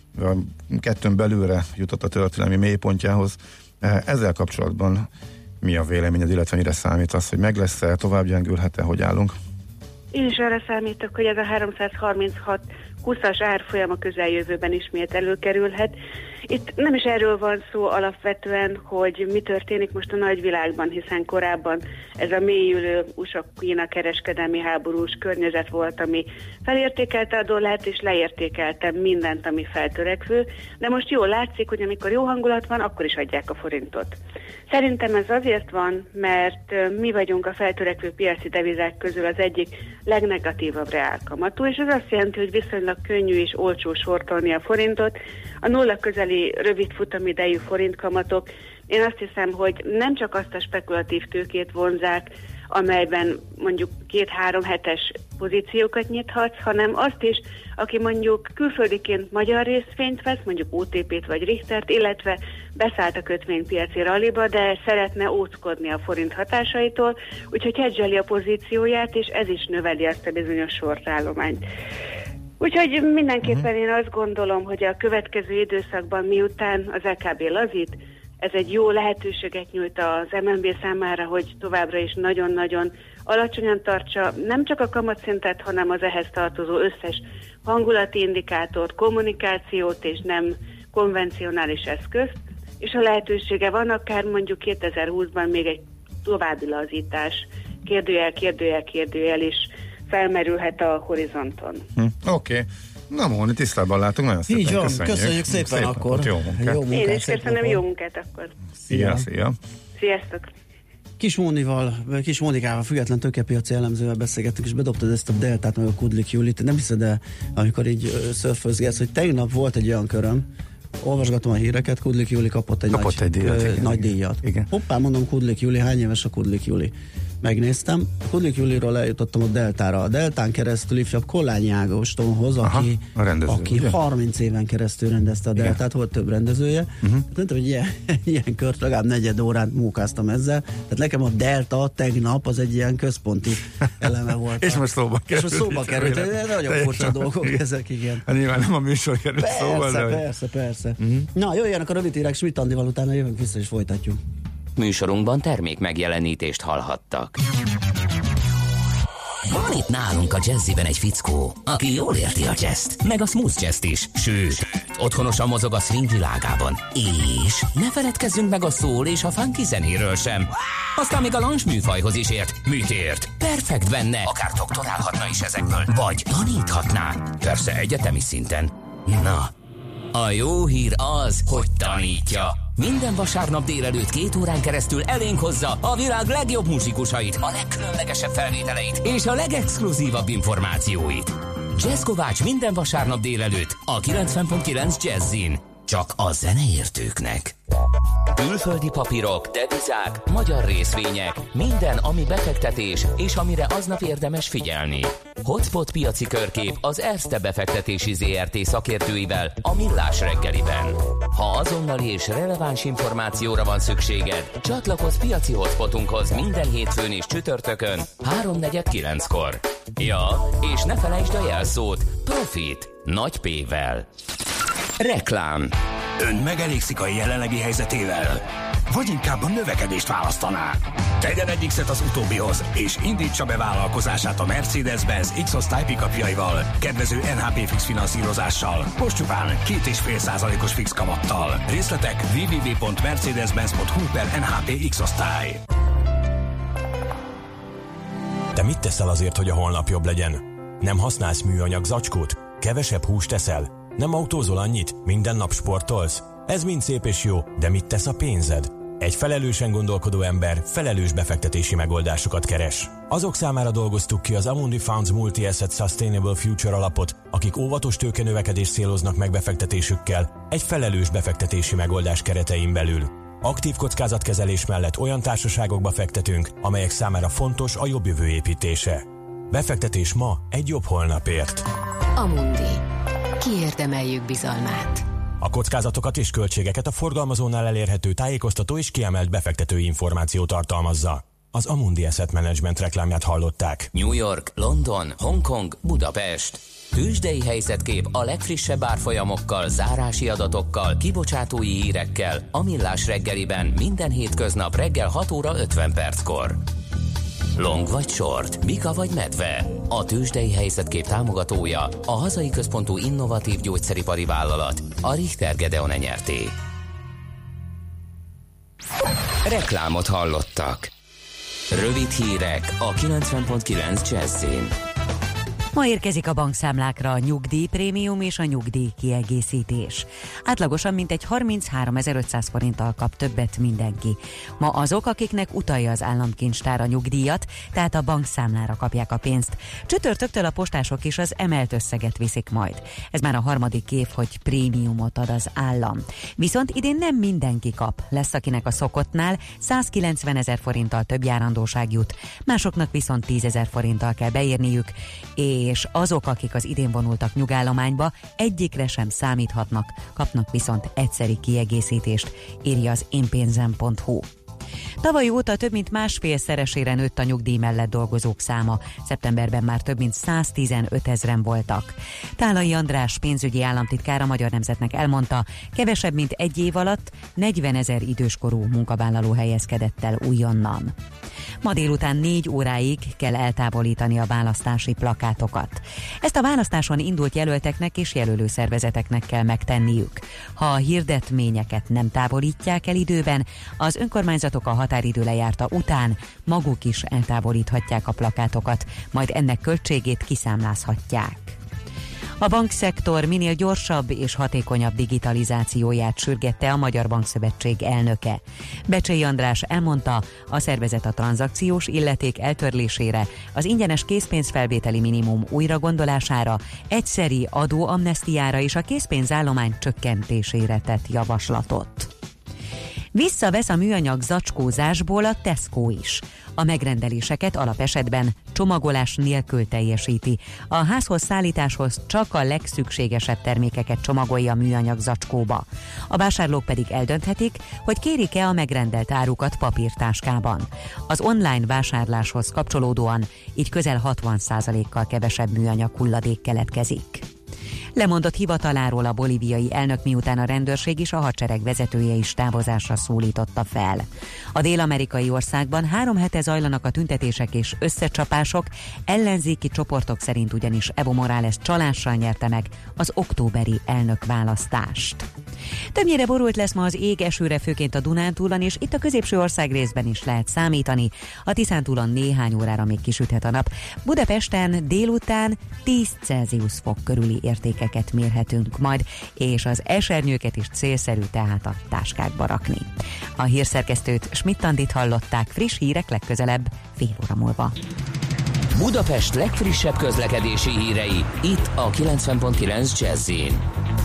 kettőn belülre jutott a történelmi mélypontjához. Ezzel kapcsolatban mi a véleményed, illetve mire számít az, hogy meg lesz-e, tovább gyengülhet-e, hogy állunk? Én is arra számítok, hogy ez a háromszázharminchat húszas árfolyam a közeljövőben ismét előkerülhet. Itt nem is erről van szó alapvetően, hogy mi történik most a nagyvilágban, hiszen korábban ez a mélyülő u es á-Kína kereskedelmi háborús környezet volt, ami felértékelte a dollárt és leértékelte mindent, ami feltörekvő, de most jól látszik, hogy amikor jó hangulat van, akkor is adják a forintot. Szerintem ez azért van, mert mi vagyunk a feltörekvő piaci devizák közül az egyik legnegatívabb reálkamatú, és ez azt jelenti, hogy viszonylag könnyű és olcsó sortolni a forintot. A nulla közeli rövid futamidejű forintkamatok, én azt hiszem, hogy nem csak azt a spekulatív tőkét vonzák, amelyben mondjuk két-három hetes pozíciókat nyithatsz, hanem azt is, aki mondjuk külföldiként magyar részvényt vesz, mondjuk o té pét vagy Richtert, illetve beszállt a kötvénypiaci ralliba, de szeretne óckodni a forint hatásaitól, úgyhogy hedgeli a pozícióját, és ez is növeli azt a bizonyos sortállományt. Úgyhogy mindenképpen én azt gondolom, hogy a következő időszakban, miután az é ká bé lazít, ez egy jó lehetőséget nyújt az em en bé számára, hogy továbbra is nagyon-nagyon alacsonyan tartsa nem csak a kamatszintet, hanem az ehhez tartozó összes hangulati indikátort, kommunikációt és nem konvencionális eszközt, és a lehetősége van akár mondjuk kétezer-húszban még egy további lazítás, kérdőjel, kérdőjel, kérdőjel is felmerülhet a horizonton. Hm, Oké. Okay. Na, Móni, tisztában látunk, nagyon szépen Így van, köszönjük. köszönjük szépen, szépen akkor. Jó munkát. Jó munkát. Én is köszönöm, jó munkát akkor. Szia, szia. Sziasztok. Kis Mónival, Kis Mónikával, független tőkepiaci elemzővel beszélgettünk, és bedobtad ezt a deltát, meg a Kudlik Julit. Nem hiszed, de amikor így szörfözgetsz, hogy tegnap volt egy olyan köröm, olvasgatom a híreket, Kudlik Juli kapott egy, kapott nagy, egy díjat. ö, Igen, nagy igen. díjat. Igen. Hoppá, mondom Kudlik Juli, hány éves a Kudlik Juli? Megnéztem. A Kudlik Juliról eljutottam a Deltára. A Deltán keresztül ifjabb Kollányi Ágostonhoz, aki, Aha, rendező, aki harminc éven keresztül rendezte a Deltát, igen. Volt több rendezője. Uh-huh. Hát nem tudom, hogy ilyen, ilyen kört legalább negyed órán mókáztam ezzel. Tehát nekem a Delta tegnap az egy ilyen központi eleme volt. És most szóba került. És most szóba került. Nagyon furcsa dolgok igen. Ezek, igen. Hát nyilván nem a műsor került persze, szóval. Persze, persze, persze. Uh-huh. Na, jöjjenek a rövid hírek, Schmidt Andival, utána jövünk vissza és folytatjuk. Műsorunkban termék megjelenítést hallhattak. Van itt nálunk a Jazziben egy fickó, aki jól érti a jazzt, meg a smooth jazzt is, sőt, otthonosan mozog a swing világában. És ne feledkezzünk meg a soul és a funky zenéről sem. Aztán még a lounge műfajhoz is ért. Mit ért? Perfekt benne, akár doktorálhatna is ezekből, vagy taníthatná. Persze egyetemi szinten. Na, a jó hír az, hogy tanítja. Minden vasárnap délelőtt két órán keresztül elénk hozza a világ legjobb muzsikusait, a legkülönlegesebb felvételeit és a legexkluzívabb információit. Jazz Kovács minden vasárnap délelőtt a kilencven pont kilenc Jazzin. Csak a zeneértőknek. Külföldi papírok, devizák, magyar részvények, minden, ami befektetés, és amire aznap érdemes figyelni. Hotspot piaci körkép az Erste befektetési zé er té szakértőivel a Millás reggeliben. Ha azonnali és releváns információra van szükséged, csatlakozz piaci hotspotunkhoz minden hétfőn és csütörtökön háromnegyed kilenckor. Ja, és ne felejtsd a jelszót Profit nagy P-vel. Reklám. Ön megelégszik a jelenlegi helyzetével? Vagy inkább a növekedést választaná? Tegyen egy X-et az utóbbihoz, és indítsa be vállalkozását a Mercedes-Benz X-osztály pick-upjaival, kedvező en há pé fix finanszírozással, most csupán két egész öt százalékos fix kamattal. Részletek double-u double-u double-u pont mercedes-benz pont hu per en há pé X-osztály. Te mit teszel azért, hogy a holnap jobb legyen? Nem használsz műanyag zacskót? Kevesebb húst eszel? Nem autózol annyit? Minden nap sportolsz? Ez mind szép és jó, de mit tesz a pénzed? Egy felelősen gondolkodó ember felelős befektetési megoldásokat keres. Azok számára dolgoztuk ki az Amundi Funds Multi-Asset Sustainable Future alapot, akik óvatos tőkenövekedést céloznak meg befektetésükkel egy felelős befektetési megoldás keretein belül. Aktív kockázatkezelés mellett olyan társaságokba fektetünk, amelyek számára fontos a jobb jövő építése. Befektetés ma egy jobb holnapért. Amundi. Kiérdemeljük bizalmát. A kockázatokat és költségeket a forgalmazónál elérhető tájékoztató és kiemelt befektetői információ tartalmazza. Az Amundi Asset Management reklámját hallották. New York, London, Hongkong, Budapest. Tőzsdei helyzetkép a legfrissebb árfolyamokkal, zárási adatokkal, kibocsátói hírekkel a Millás reggeliben minden hétköznap reggel hat óra ötven perckor. Long vagy short, bika vagy medve. A tőzsdei helyzetkép támogatója a hazai központú innovatív gyógyszeripari vállalat, a Richter Gedeon Nyerté. Reklámot hallottak. Rövid hírek a kilencven pont kilenc Jazzin. Ma érkezik a bankszámlákra a nyugdíjprémium és a nyugdíj kiegészítés. Átlagosan mintegy harmincháromezer-ötszáz forinttal kap többet mindenki. Ma azok, akiknek utalja az államkincstár a nyugdíjat, tehát a bankszámlára kapják a pénzt. Csütörtöktől a postások is az emelt összeget viszik majd. Ez már a harmadik év, hogy prémiumot ad az állam. Viszont idén nem mindenki kap. Lesz, akinek a szokottnál százkilencvenezer forinttal több járandóság jut, másoknak viszont tízezer forinttal kell beírniük, és azok, akik az idén vonultak nyugállományba, egyikre sem számíthatnak, kapnak viszont egyszeri kiegészítést, írja az énpénzem pont hu. Tavaly óta több mint másfélszeresére nőtt a nyugdíj mellett dolgozók száma. Szeptemberben már több mint száztizenöt ezren voltak. Tálai András pénzügyi államtitkár a Magyar Nemzetnek elmondta, kevesebb mint egy év alatt negyvenezer időskorú munkavállaló helyezkedett el újonnan. Ma délután négy óráig kell eltávolítani a választási plakátokat. Ezt a választáson indult jelölteknek és jelölőszervezeteknek kell megtenniük. Ha a hirdetményeket nem távolítják el időben, az önkormányzatok a határidő lejárta után maguk is eltávolíthatják a plakátokat, majd ennek költségét kiszámlázhatják. A bankszektor minél gyorsabb és hatékonyabb digitalizációját sürgette a Magyar Bankszövetség elnöke. Becsei András elmondta, a szervezet a tranzakciós illeték eltörlésére, az ingyenes készpénzfelvételi minimum újragondolására, egyszeri adóamnesztiára és a készpénzállomány csökkentésére tett javaslatot. Visszavesz a műanyag zacskózásból a Tesco is. A megrendeléseket alapesetben csomagolás nélkül teljesíti. A házhoz szállításhoz csak a legszükségesebb termékeket csomagolja műanyag zacskóba. A vásárlók pedig eldönthetik, hogy kérik-e a megrendelt árukat papírtáskában. Az online vásárláshoz kapcsolódóan így közel hatvan százalékkal kevesebb műanyag hulladék keletkezik. Lemondott hivataláról a bolíviai elnök, miután a rendőrség és a hadsereg vezetője is távozásra szólította fel. A dél-amerikai országban három hete zajlanak a tüntetések és összecsapások, ellenzéki csoportok szerint ugyanis Evo Morales csalással nyerte meg az októberi elnökválasztást. Többnyire borult lesz ma az ég, esőre főként a Dunántúlon, és itt a középső ország részben is lehet számítani. A Tiszántúlon néhány órára még kisüthet a nap. Budapesten délután tíz Celsius fok körüli értékeket mérhetünk majd, és az esernyőket is célszerű tehát a táskákba rakni. A hírszerkesztőt Schmidt-Andit hallották, friss hírek legközelebb fél óra múlva. Budapest legfrissebb közlekedési hírei, itt a kilencven pont kilenc Jazz-in.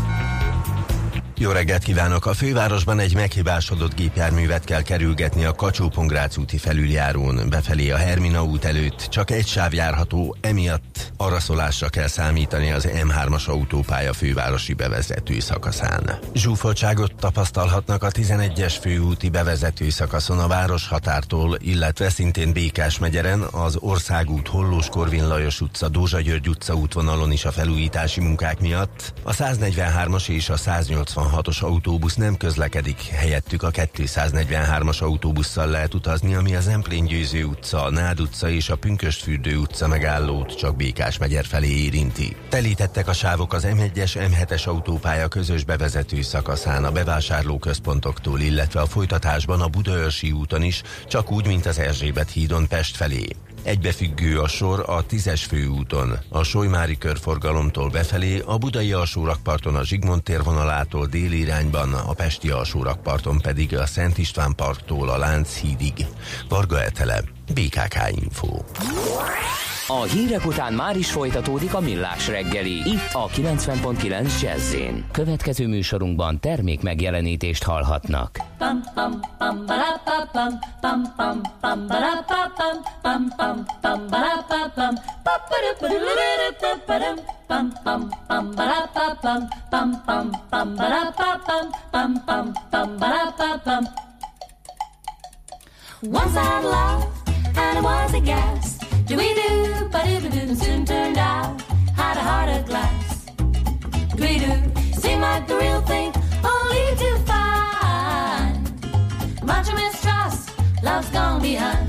Jó reggelt kívánok! A fővárosban egy meghibásodott gépjárművet kell kerülgetni a Kacsó-Pongrác úti felüljárón. Befelé a Hermina út előtt csak egy sáv járható, emiatt araszolásra kell számítani az M hármas autópálya fővárosi bevezető szakaszán. Zsúfoltságot tapasztalhatnak a tizenegyes főúti bevezető szakaszon a városhatártól, illetve szintén Békásmegyeren, az Országút, Hollós-Korvin Lajos utca, Dózsa György utca útvonalon is a felújítási munkák miatt. A száznegyvenhármas és a száznyolcvanhatos autóbusz nem közlekedik, helyettük a kétszáznegyvenhármas autóbusszal lehet utazni, ami az Emplény-Győző utca, a Nád utca és a Pünkösdfürdő utca megállót csak Békásmegyer felé érinti. Telítettek a sávok az M egyes M hetes autópálya közös bevezető szakaszán a bevásárlóközpontoktól, illetve a folytatásban a Budaörsi úton is, csak úgy, mint az Erzsébet hídon Pest felé. Egybefüggő a sor a tízes főúton, a Solymári körforgalomtól befelé, a budai alsórakparton a Zsigmond tér vonalától déli irányban, a pesti alsórakparton pedig a Szent István parktól a Lánchídig. Varga Etele, bé ká ká Info. A hírek után már is folytatódik a Millás reggeli, itt a kilencven pont kilenc Jazz-én. Következő műsorunkban termék megjelenítést hallhatnak. Pam pam pam ba pam pam pam pam pam ba pam pam pam pam ba pam pam pam pam pam ba pam pam pam pam ba pam pam pam pam ba pam. Once I loved and it was a gas. Do we do, but it didn't soon turned out. Had a heart of glass. Do we do, seemed like the real thing, only to find much mistrust, love's gone behind.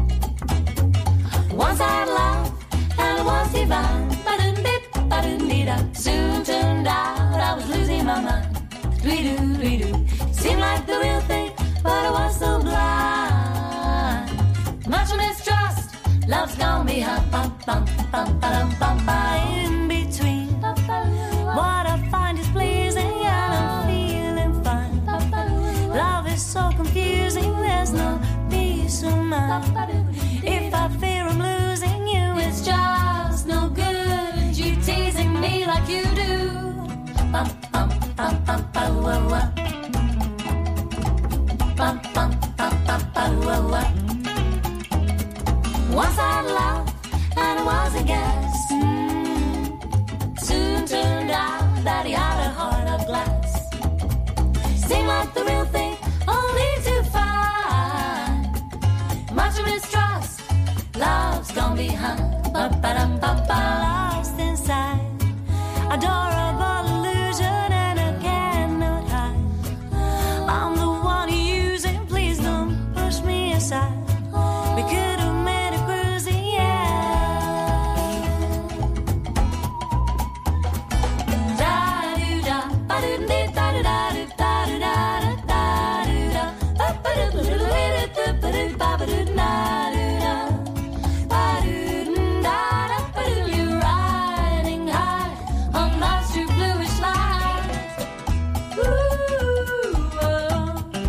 Once I had love, and it was divine. Ba-dum-dip, ba-dum-dee-da. Soon turned out I was losing my mind. Do we do, do we do, seemed like the real thing, but I was so blind. Much mistrust, love's gone behind. Bum, bum, bum, bum, bum, bum. In between, what I find is pleasing and I'm feeling fine. Love is so confusing, there's no peace of mind. If I fear I'm losing you, it's just no good. You teasing me like you do. Bum, bum, bum, bum, bum, bum, bum. Bum, bum, bum, bum, bum, bum, bum. Once I had love, and it was a guess. Mm. Soon turned out that he had a heart of glass. Seemed like the real thing, only to find much mistrust, love's gone behind. Ba-ba-dum-ba-ba. Lost inside, adorable illusion, and I cannot hide. I'm the one you're using, please don't push me aside. We could have made a cruising, yeah. Da-do-da, ba-do-dee, da-do-da-do, da-do-da-do, da-do-da, ba-ba-do-do-do-do-do-do, ba-ba-do-da-do-da, ba-do-da-da, ba-do. You're riding high on life's true bluish light. Ooh, oh.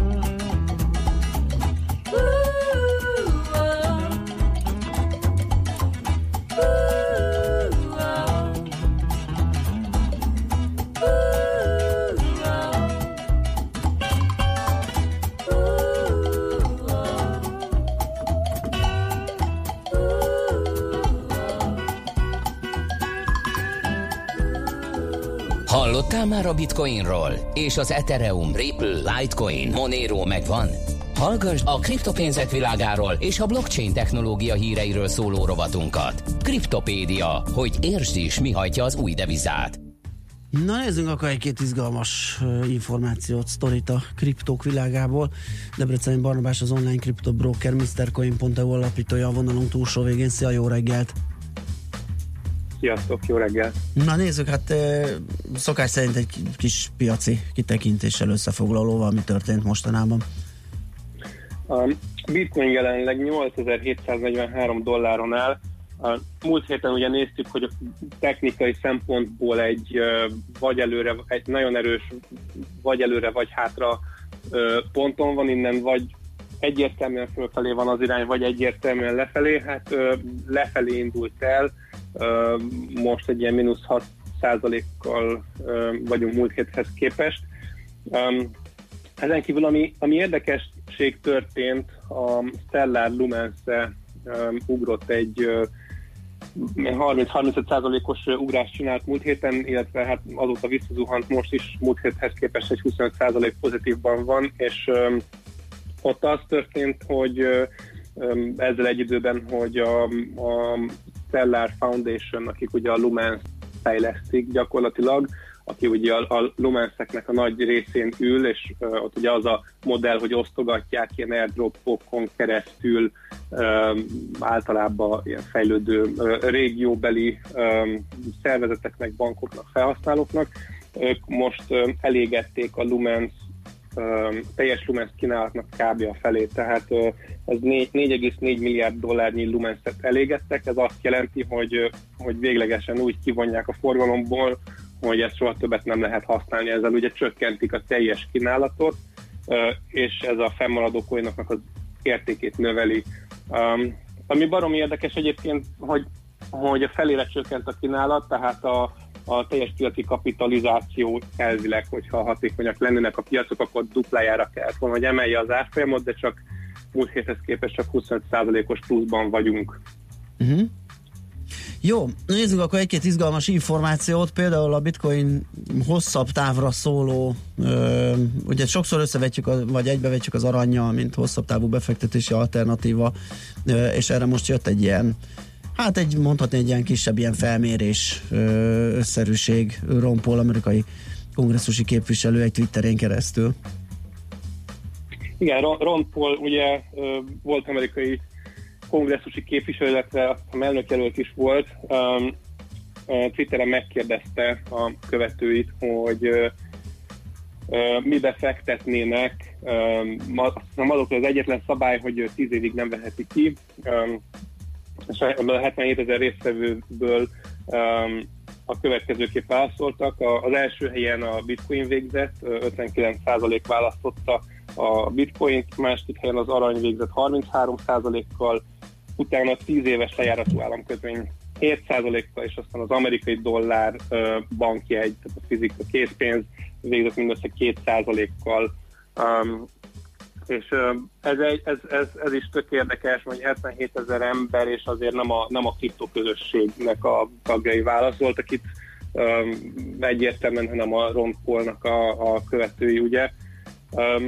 Hallottál már a Bitcoinról? És az Ethereum, Ripple, Litecoin, Monero megvan? Hallgass a kriptopénzek világáról és a blockchain technológia híreiről szóló rovatunkat. Kriptopédia, hogy értsd is, mi hajtja az új devizát. Na nézzünk akkor egy-két izgalmas uh, információt, sztorit a kriptók világából. Debreceni Barnabás, az online kriptobroker, misztercoin pont e u alapítója a vonalunk túlsó végén. Szia, jó reggelt! Sziasztok, jó reggelt! Na nézzük, hát uh, szokás szerint egy kis piaci kitekintéssel összefoglalóval, mi történt mostanában. A Bitcoin jelenleg nyolcezer-hétszáznegyvenhárom dolláron áll. A múlt héten ugye néztük, hogy a technikai szempontból egy uh, vagy előre, egy nagyon erős vagy előre, vagy hátra uh, ponton van, innen vagy egyértelműen fölfelé van az irány, vagy egyértelműen lefelé. Hát uh, lefelé indult el, uh, most egy ilyen mínusz hat százalékkal uh, vagyunk múlt héthez képest. Um, ezen kívül, ami, ami érdekesség történt, a Stellar Lumens-e um, ugrott egy uh, harminc-harmincöt százalékos ugrást csinált múlt héten, illetve hát azóta visszazuhant, most is múlt héthez képest egy huszonöt százalék pozitívban van, és um, ott az történt, hogy um, ezzel egy időben, hogy a, a Stellar Foundation, akik ugye a Lumens fejlesztik gyakorlatilag, aki ugye a, a Lumenseknek a nagy részén ül, és uh, ott ugye az a modell, hogy osztogatják ilyen airdropokon keresztül um, általában ilyen fejlődő uh, régióbeli um, szervezeteknek, bankoknak, felhasználóknak. Ők most um, elégették a Lumens, um, teljes Lumens kínálatnak kb. A felét, tehát uh, ez négy egész négy milliárd dollárnyi Lumenset elégettek. Ez azt jelenti, hogy, uh, hogy véglegesen úgy kivonják a forgalomból, hogy ezt soha többet nem lehet használni, ezzel ugye csökkentik a teljes kínálatot, és ez a fennmaradó coinoknak az értékét növeli. Ami baromi érdekes egyébként, hogy hogy a felére csökkent a kínálat, tehát a, a teljes piaci kapitalizáció elvileg, hogyha hatékonyak lennének a piacok, akkor duplájára kellett volna, hogy emelje az árfolyamot, de csak múlt héthez képest csak huszonöt százalékos pluszban vagyunk. Uh-huh. Jó, nézzük akkor egy-két izgalmas információt, például a bitcoin hosszabb távra szóló, ö, ugye sokszor összevetjük, a, vagy egybevetjük az arannyal, mint hosszabb távú befektetési alternatíva, ö, és erre most jött egy ilyen, hát egy mondhatni egy ilyen kisebb ilyen felmérés ö, összerűség Ron Paul, amerikai kongresszusi képviselő egy Twitterén keresztül. Igen, Ron Paul ugye volt amerikai kongresszusi képviselő, illetve a elnökjelölt is volt. Um, Twitteren megkérdezte a követőit, hogy uh, uh, mibe fektetnének. Um, azokra az egyetlen szabály, hogy tíz évig nem veheti ki. Um, és a hetvenhét ezer résztvevőből um, a következőképp válaszoltak. A, az első helyen a bitcoin végzett, ötvenkilenc százalék választotta a bitcoint, második helyen az arany végzett harminchárom százalékkal, utána tíz éves lejáratú államkötvény hét százalékkal, és aztán az amerikai dollár uh, bankjegy, tehát a fizika készpénz végzett mindössze két százalékkal. Um, és uh, ez, egy, ez, ez, ez is tök érdekes, hogy hetvenhét ezer ember, és azért nem a, nem a kriptoközösségnek a tagjai válaszoltak itt um, egyértelműen, hanem a Ron Paulnak a, a követői, ugye. Um,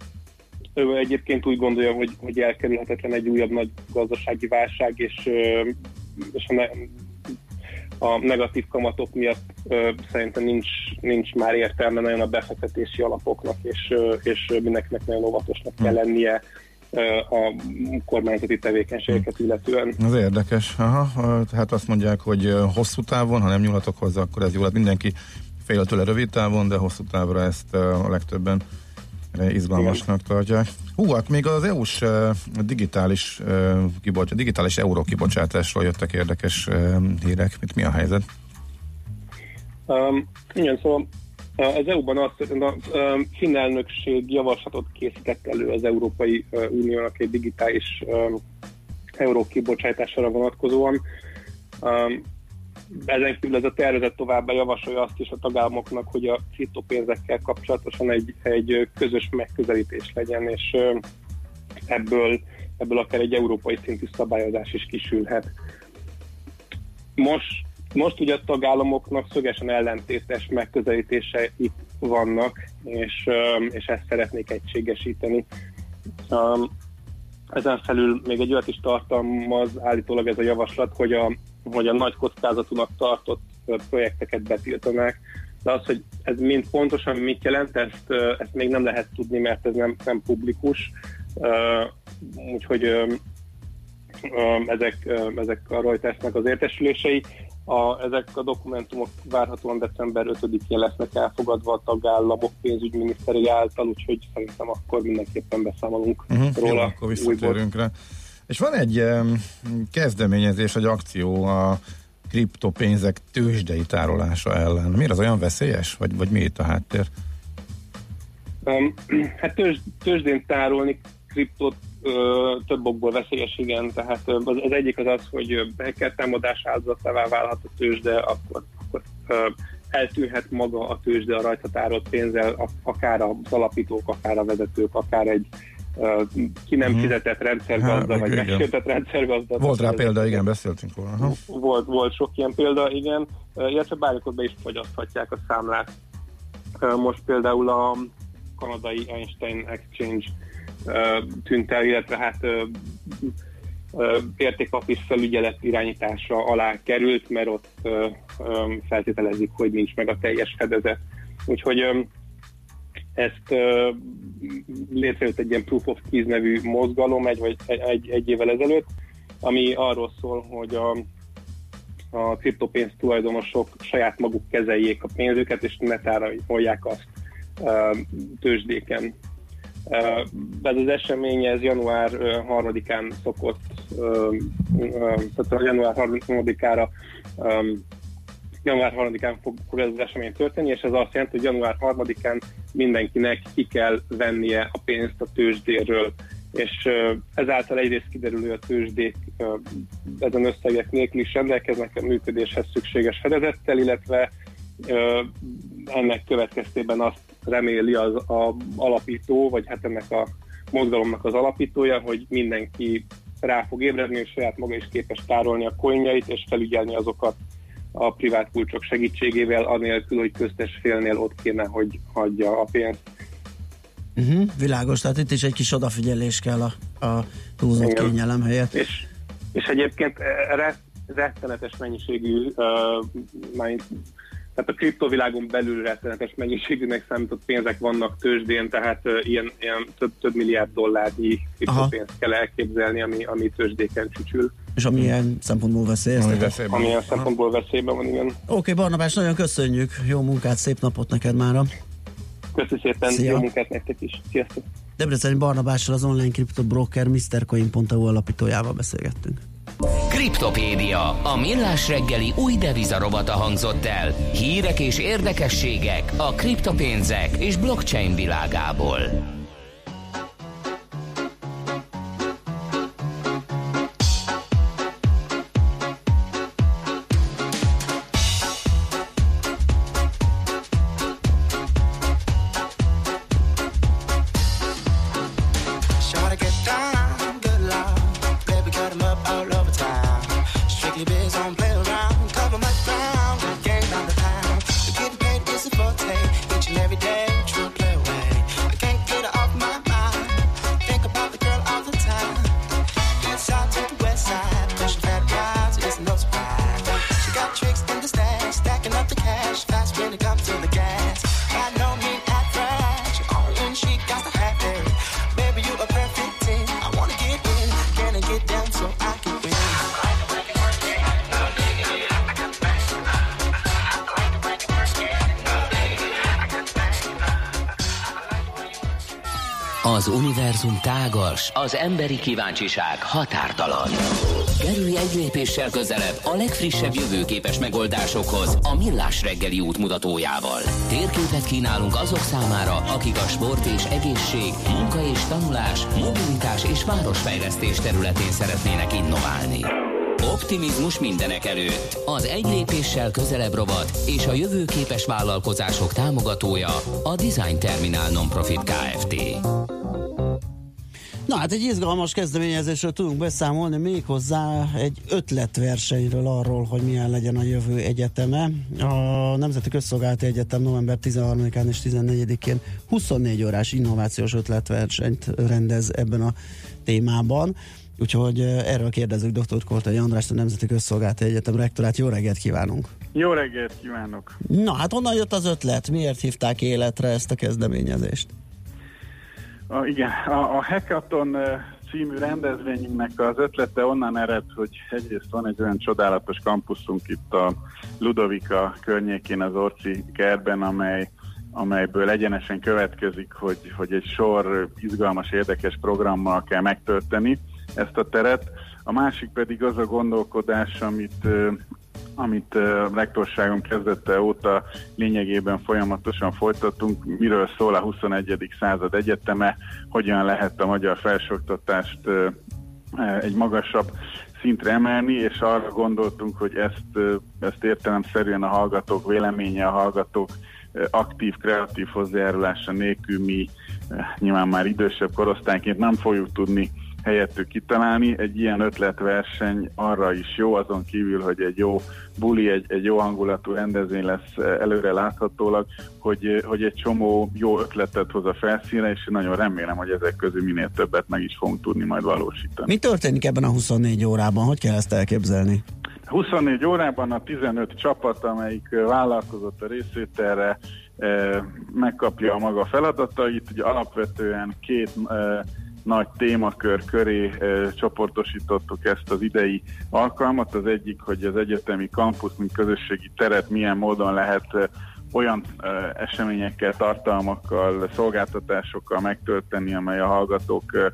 Ő egyébként úgy gondolja, hogy, hogy elkerülhetetlen egy újabb nagy gazdasági válság, és, és a, ne, a negatív kamatok miatt szerintem nincs, nincs már értelme nagyon a befektetési alapoknak, és, és mindenkinek nagyon óvatosnak kell lennie a kormányzati tevékenységeket illetően. Az érdekes. Aha, tehát azt mondják, hogy hosszú távon, ha nem nyúlatok hozzá, akkor ez jó. Hát mindenki fél tőle rövid távon, de hosszú távra ezt a legtöbben izgalmasnak tartják. Hú, hát még az é u-s uh, digitális, uh, kibocs- digitális euró kibocsátásról jöttek érdekes uh, hírek. Mit, mi a helyzet? Um, igen, szóval az é u-ban azt, a finn elnökség javaslatot készített elő az Európai Uniónak egy digitális um, euró kibocsátására vonatkozóan. Um, Ezen kívül ez a tervezet továbbá javasolja azt is a tagállamoknak, hogy a kriptopénzekkel kapcsolatosan egy, egy közös megközelítés legyen, és ebből, ebből akár egy európai szintű szabályozás is kisülhet. Most, most ugye a tagállamoknak szögesen ellentétes megközelítéseik vannak, és, és ezt szeretnék egységesíteni. Ezen felül még egy olyat is tartalmaz állítólag ez a javaslat, hogy a hogy a nagy kockázatúnak tartott projekteket betiltanák, de az, hogy ez mind pontosan mit jelent, ezt, ezt még nem lehet tudni, mert ez nem, nem publikus, úgyhogy ezek, ezek a Reutersnek az értesülései. A, ezek a dokumentumok várhatóan december ötödikén lesznek elfogadva a tagállamok pénzügyminiszteri által, úgyhogy szerintem akkor mindenképpen beszámolunk uh-huh, róla. Jó, akkor visszatérünk rá. És van egy um, kezdeményezés, egy akció a kriptopénzek tőzsdei tárolása ellen. Miért az olyan veszélyes? Vagy, vagy mi itt a háttér? Um, hát tőzs, tőzsdén tárolni kriptot uh, több okból veszélyes, igen. Tehát uh, az, az egyik az az, hogy hacker támadás áldozatává válhat a tőzsde, akkor, akkor uh, eltűnhet maga a tőzsde a rajta tárolt pénzzel, akár az alapítók, akár a vezetők, akár egy Uh, ki nem fizetett rendszergazda, vagy megkötött rendszergazda. Volt rá példa, igen, beszéltünk róla. Aha. Volt, volt sok ilyen példa, igen, uh, illetve bármikor be is fogyaszthatják a számlát. Uh, most például a kanadai Einstein Exchange uh, tűnt el, illetve hát uh, uh, értékpapír felügyelet irányítása alá került, mert ott uh, um, feltételezik, hogy nincs meg a teljes fedezet. Úgyhogy um, ezt uh, létrejött egy ilyen Proof of Keys nevű mozgalom egy, vagy egy, egy évvel ezelőtt, ami arról szól, hogy a, a kriptopénz tulajdonosok saját maguk kezeljék a pénzüket, és ne tárolják azt uh, tőzsdéken. Uh, ez az esemény, ez január harmadikán szokott, uh, uh, tehát január harmadikára um, január harmadikán fog, fog ez az esemény történni, és ez azt jelenti, hogy január harmadikán mindenkinek ki kell vennie a pénzt a tőzsdéről, és ezáltal egyrészt kiderül, hogy a tőzsdék ezen összegek nélkül is rendelkeznek a működéshez szükséges fedezettel, illetve ennek következtében azt reméli az a alapító, vagy hát ennek a mozgalomnak az alapítója, hogy mindenki rá fog ébredni, és saját maga is képes tárolni a coinjait, és felügyelni azokat a privát kulcsok segítségével, anélkül, hogy köztes félnél ott kéne, hogy hagyja a pénzt. Uh-huh, világos, tehát itt is egy kis odafigyelés kell a, a túlzott Igen. kényelem helyett. És, és egyébként rettenetes mennyiségű, uh, tehát a kriptovilágon belül rettenetes mennyiségűnek számított pénzek vannak tőzsdén, tehát uh, ilyen, ilyen több, több milliárd dollárnyi kriptopénzt kell elképzelni, ami, ami tőzsdéken csücsül. És amilyen szempontból veszélyeztetett. Amilyen szempontból veszélyben van, igen. Oké, okay, Barnabás, nagyon köszönjük. Jó munkát, szép napot neked mára. Köszönöm szépen, Szia. Jó munkát nektek is. Sziasztok! Debreceni Barnabással, az online kriptobroker misztercoin pont e u alapítójával beszélgettünk. Kriptopédia, a millás reggeli új devizarovata hangzott el. Hírek és érdekességek a kriptopénzek és blockchain világából. Az univerzum tágas, az emberi kíváncsiság határtalan. Kerülj egy lépéssel közelebb a legfrissebb jövőképes megoldásokhoz a Millás reggeli útmutatójával. Térképet kínálunk azok számára, akik a sport és egészség, munka és tanulás, mobilitás és városfejlesztés területén szeretnének innoválni. Optimizmus mindenek előtt. Az egy lépéssel közelebb rovat és a jövőképes vállalkozások támogatója a Design Terminál Non-Profit Kft. Na hát egy izgalmas kezdeményezésről tudunk beszámolni, méghozzá egy ötletversenyről arról, hogy milyen legyen a jövő egyeteme. A Nemzeti Közszolgálati Egyetem november tizenharmadikán és tizennegyedikén huszonnégy órás innovációs ötletversenyt rendez ebben a témában. Úgyhogy erről kérdezzük dr. Kortai Andrást, a Nemzeti Közszolgálati Egyetem rektorát. Jó reggelt kívánunk! Jó reggelt kívánok! Na hát honnan jött az ötlet? Miért hívták életre ezt a kezdeményezést? A, igen, a, a Hackathon című rendezvényünknek az ötlete onnan ered, hogy egyrészt van egy olyan csodálatos kampuszunk itt a Ludovika környékén, az Orci kertben, amely, amelyből egyenesen következik, hogy, hogy egy sor izgalmas, érdekes programmal kell megtölteni ezt a teret. A másik pedig az a gondolkodás, amit amit a rektorságom kezdete óta lényegében folyamatosan folytatunk, miről szól a huszonegyedik század egyeteme, hogyan lehet a magyar felsőoktatást egy magasabb szintre emelni, és arra gondoltunk, hogy ezt, ezt értelemszerűen a hallgatók véleménye, a hallgatók aktív, kreatív hozzájárulása nélkül mi nyilván már idősebb korosztályként nem fogjuk tudni helyettük kitalálni. Egy ilyen ötletverseny arra is jó, azon kívül, hogy egy jó buli, egy, egy jó hangulatú rendezvény lesz előre láthatólag, hogy, hogy egy csomó jó ötletet hoz a felszínre, és nagyon remélem, hogy ezek közül minél többet meg is fogunk tudni majd valósítani. Mi történik ebben a huszonnégy órában? Hogy kell ezt elképzelni? huszonnégy órában a tizenöt csapat, amelyik vállalkozott a részvételre, megkapja a maga feladatait. Ugye alapvetően két nagy témakör köré e, csoportosítottuk ezt az idei alkalmat. Az egyik, hogy az egyetemi kampusz, mint közösségi teret milyen módon lehet e, olyan e, eseményekkel, tartalmakkal, szolgáltatásokkal megtölteni, amely a hallgatók e,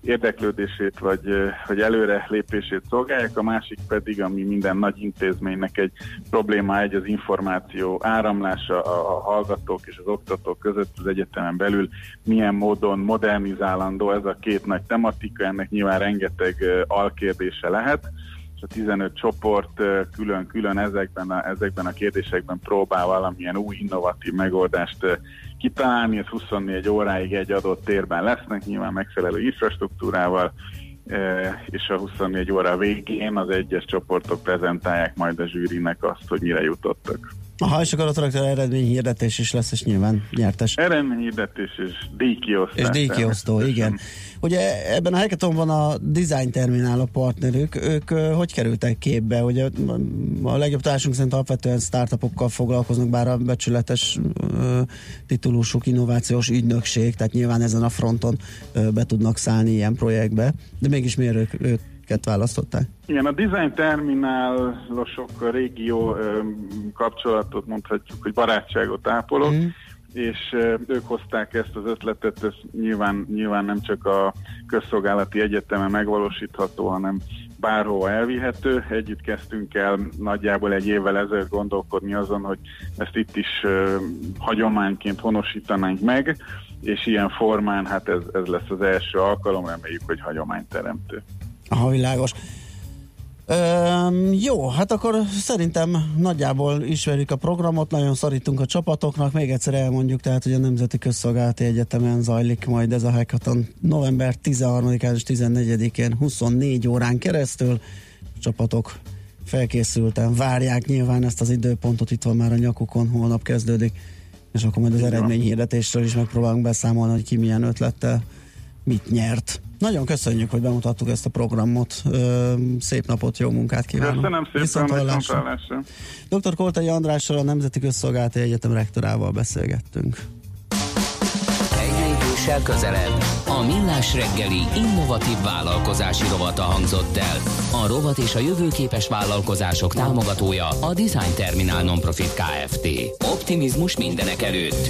érdeklődését vagy, vagy előre lépését szolgálják, a másik pedig, ami minden nagy intézménynek egy probléma, egy az információ áramlása a, a hallgatók és az oktatók között az egyetemen belül, milyen módon modernizálandó ez a két nagy tematika, ennek nyilván rengeteg alkérdése lehet, és a tizenöt csoport külön-külön ezekben a, ezekben a kérdésekben próbál valamilyen új innovatív megoldást kitalálni, ez huszonnégy óráig egy adott térben lesznek, nyilván megfelelő infrastruktúrával, és a huszonnégy óra végén az egyes csoportok prezentálják majd a zsűrinek azt, hogy mire jutottak. Aha, és akkor a traktor eredményhirdetés is lesz, és nyilván nyertes. Eredményhirdetés és díjkiosztás. És díjkiosztó, igen. Ugye ebben a hackathonban a Design Terminál a partnerük, ők uh, hogy kerültek képbe? Ugye a legjobb társunk szerint alapvetően startupokkal foglalkoznak, bár a becsületes uh, titulusuk innovációs ügynökség, tehát nyilván ezen a fronton uh, be tudnak szállni ilyen projektbe, de mégis miért ők, őket választották? Igen, a Design Terminálosok a régió ö, kapcsolatot mondhatjuk, hogy barátságot ápolok, mm. és ö, ők hozták ezt az ötletet, ez nyilván, nyilván nem csak a közszolgálati egyetemen megvalósítható, hanem bárhova elvihető. Együtt kezdtünk el nagyjából egy évvel ezelőtt gondolkodni azon, hogy ezt itt is ö, hagyományként honosítanánk meg, és ilyen formán hát ez, ez lesz az első alkalom, reméljük, hogy hagyományteremtő. Aha, világos. Öm, jó, hát akkor szerintem nagyjából ismerjük a programot, nagyon szarítunk a csapatoknak, még egyszer elmondjuk, tehát hogy a Nemzeti Közszolgálati Egyetemen zajlik majd ez a hackathon november tizenharmadikán és tizennegyedikén huszonnégy órán keresztül. A csapatok felkészülten várják nyilván ezt az időpontot, itt van már a nyakukon, holnap kezdődik, és akkor majd az eredményhirdetésről is megpróbálunk beszámolni, hogy ki milyen ötlettel mit nyert. Nagyon köszönjük, hogy bemutattuk ezt a programot. Ö, szép napot, jó munkát kívánok. Köszönöm szépen, viszonthallásra. doktor Koltai Andrással, a Nemzeti Közszolgálati Egyetem rektorával beszélgettünk. Egy lépéssel közelebb a Millás reggeli innovatív vállalkozási rovata hangzott el. A rovat és a jövőképes vállalkozások támogatója a Design Terminál Nonprofit Kft. Optimizmus mindenek előtt.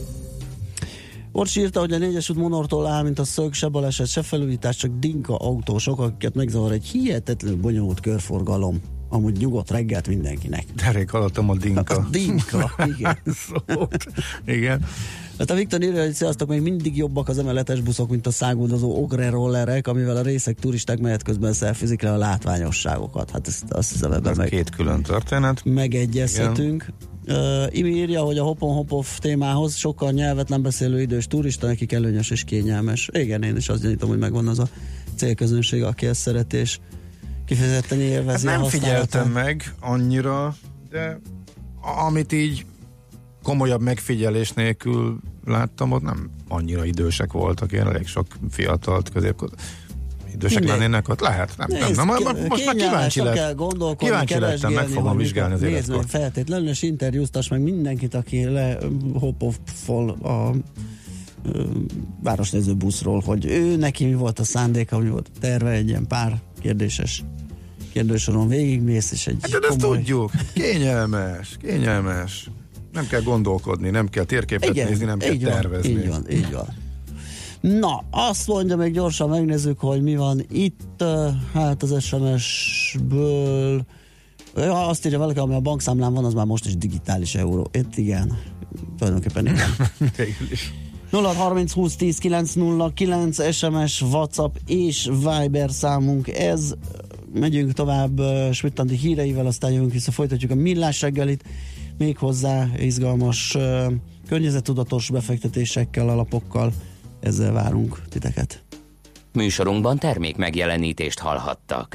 Orsi írta, hogy a négyes út Monortól áll, mint a szög, se baleset, se felújítás, csak dinka autósok, akiket megzavar egy hihetetlenül bonyolult körforgalom. Amúgy nyugodt reggelt mindenkinek. Derék hallottam a dinka. A dinka, igen. Szólt. Igen. Hát a Viktor írja, hogy sziasztok, még mindig jobbak az emeletes buszok, mint a száguldozó ogre rollerek, amivel a részek turisták menet közben szelfizik le a látványosságokat. Hát ezt azt hiszem ebben meg... két külön történet. Megegyezhetünk. Uh, Imi írja, hogy a hopon hop-off témához sokkal nyelvet nem beszélő idős turista, nekik előnyös és kényelmes. Igen, én is azt gyanítom, hogy megvan az a célközönség, aki ezt szereti, és kifejezetten élvezi. Hát nem figyeltem meg annyira, de amit így komolyabb megfigyelés nélkül láttam, ott nem annyira idősek voltak, én elég sok fiatalt középkor. Idősek lennének ott? Lehet, nem, Nézd, nem. Most, most már kíváncsi lett. Kell gondolkodni, kíváncsi lettem, meg fogom vizsgálni az életkort. Nézd meg feltétlenül, és interjúztass meg mindenkit, aki le hop-off-fol a ö, városnéző buszról, hogy ő neki mi volt a szándéka, mi volt a terve, egy ilyen pár kérdéses kérdősoron végigmész, és egy hát, de komoly... ezt tudjuk. Kényelmes, kényelmes. Nem kell gondolkodni, nem kell térképet igen, nézni, nem kell van, tervezni. Így van, így van. Na, azt mondja, még gyorsan megnézzük, hogy mi van itt, hát az es em es-ből ja, azt írja valaki, ami a bankszámlán van, az már most is digitális euró. Itt igen, tulajdonképpen igen. nulla harminc húsz tíz kilenc nulla kilenc es em es, WhatsApp és Viber számunk ez. Megyünk tovább Schmidt-Andi híreivel, aztán jövünk vissza, folytatjuk a Millás reggelit, méghozzá izgalmas környezettudatos befektetésekkel, alapokkal. Ezzel várunk titeket. Műsorunkban termék megjelenítést hallhattak.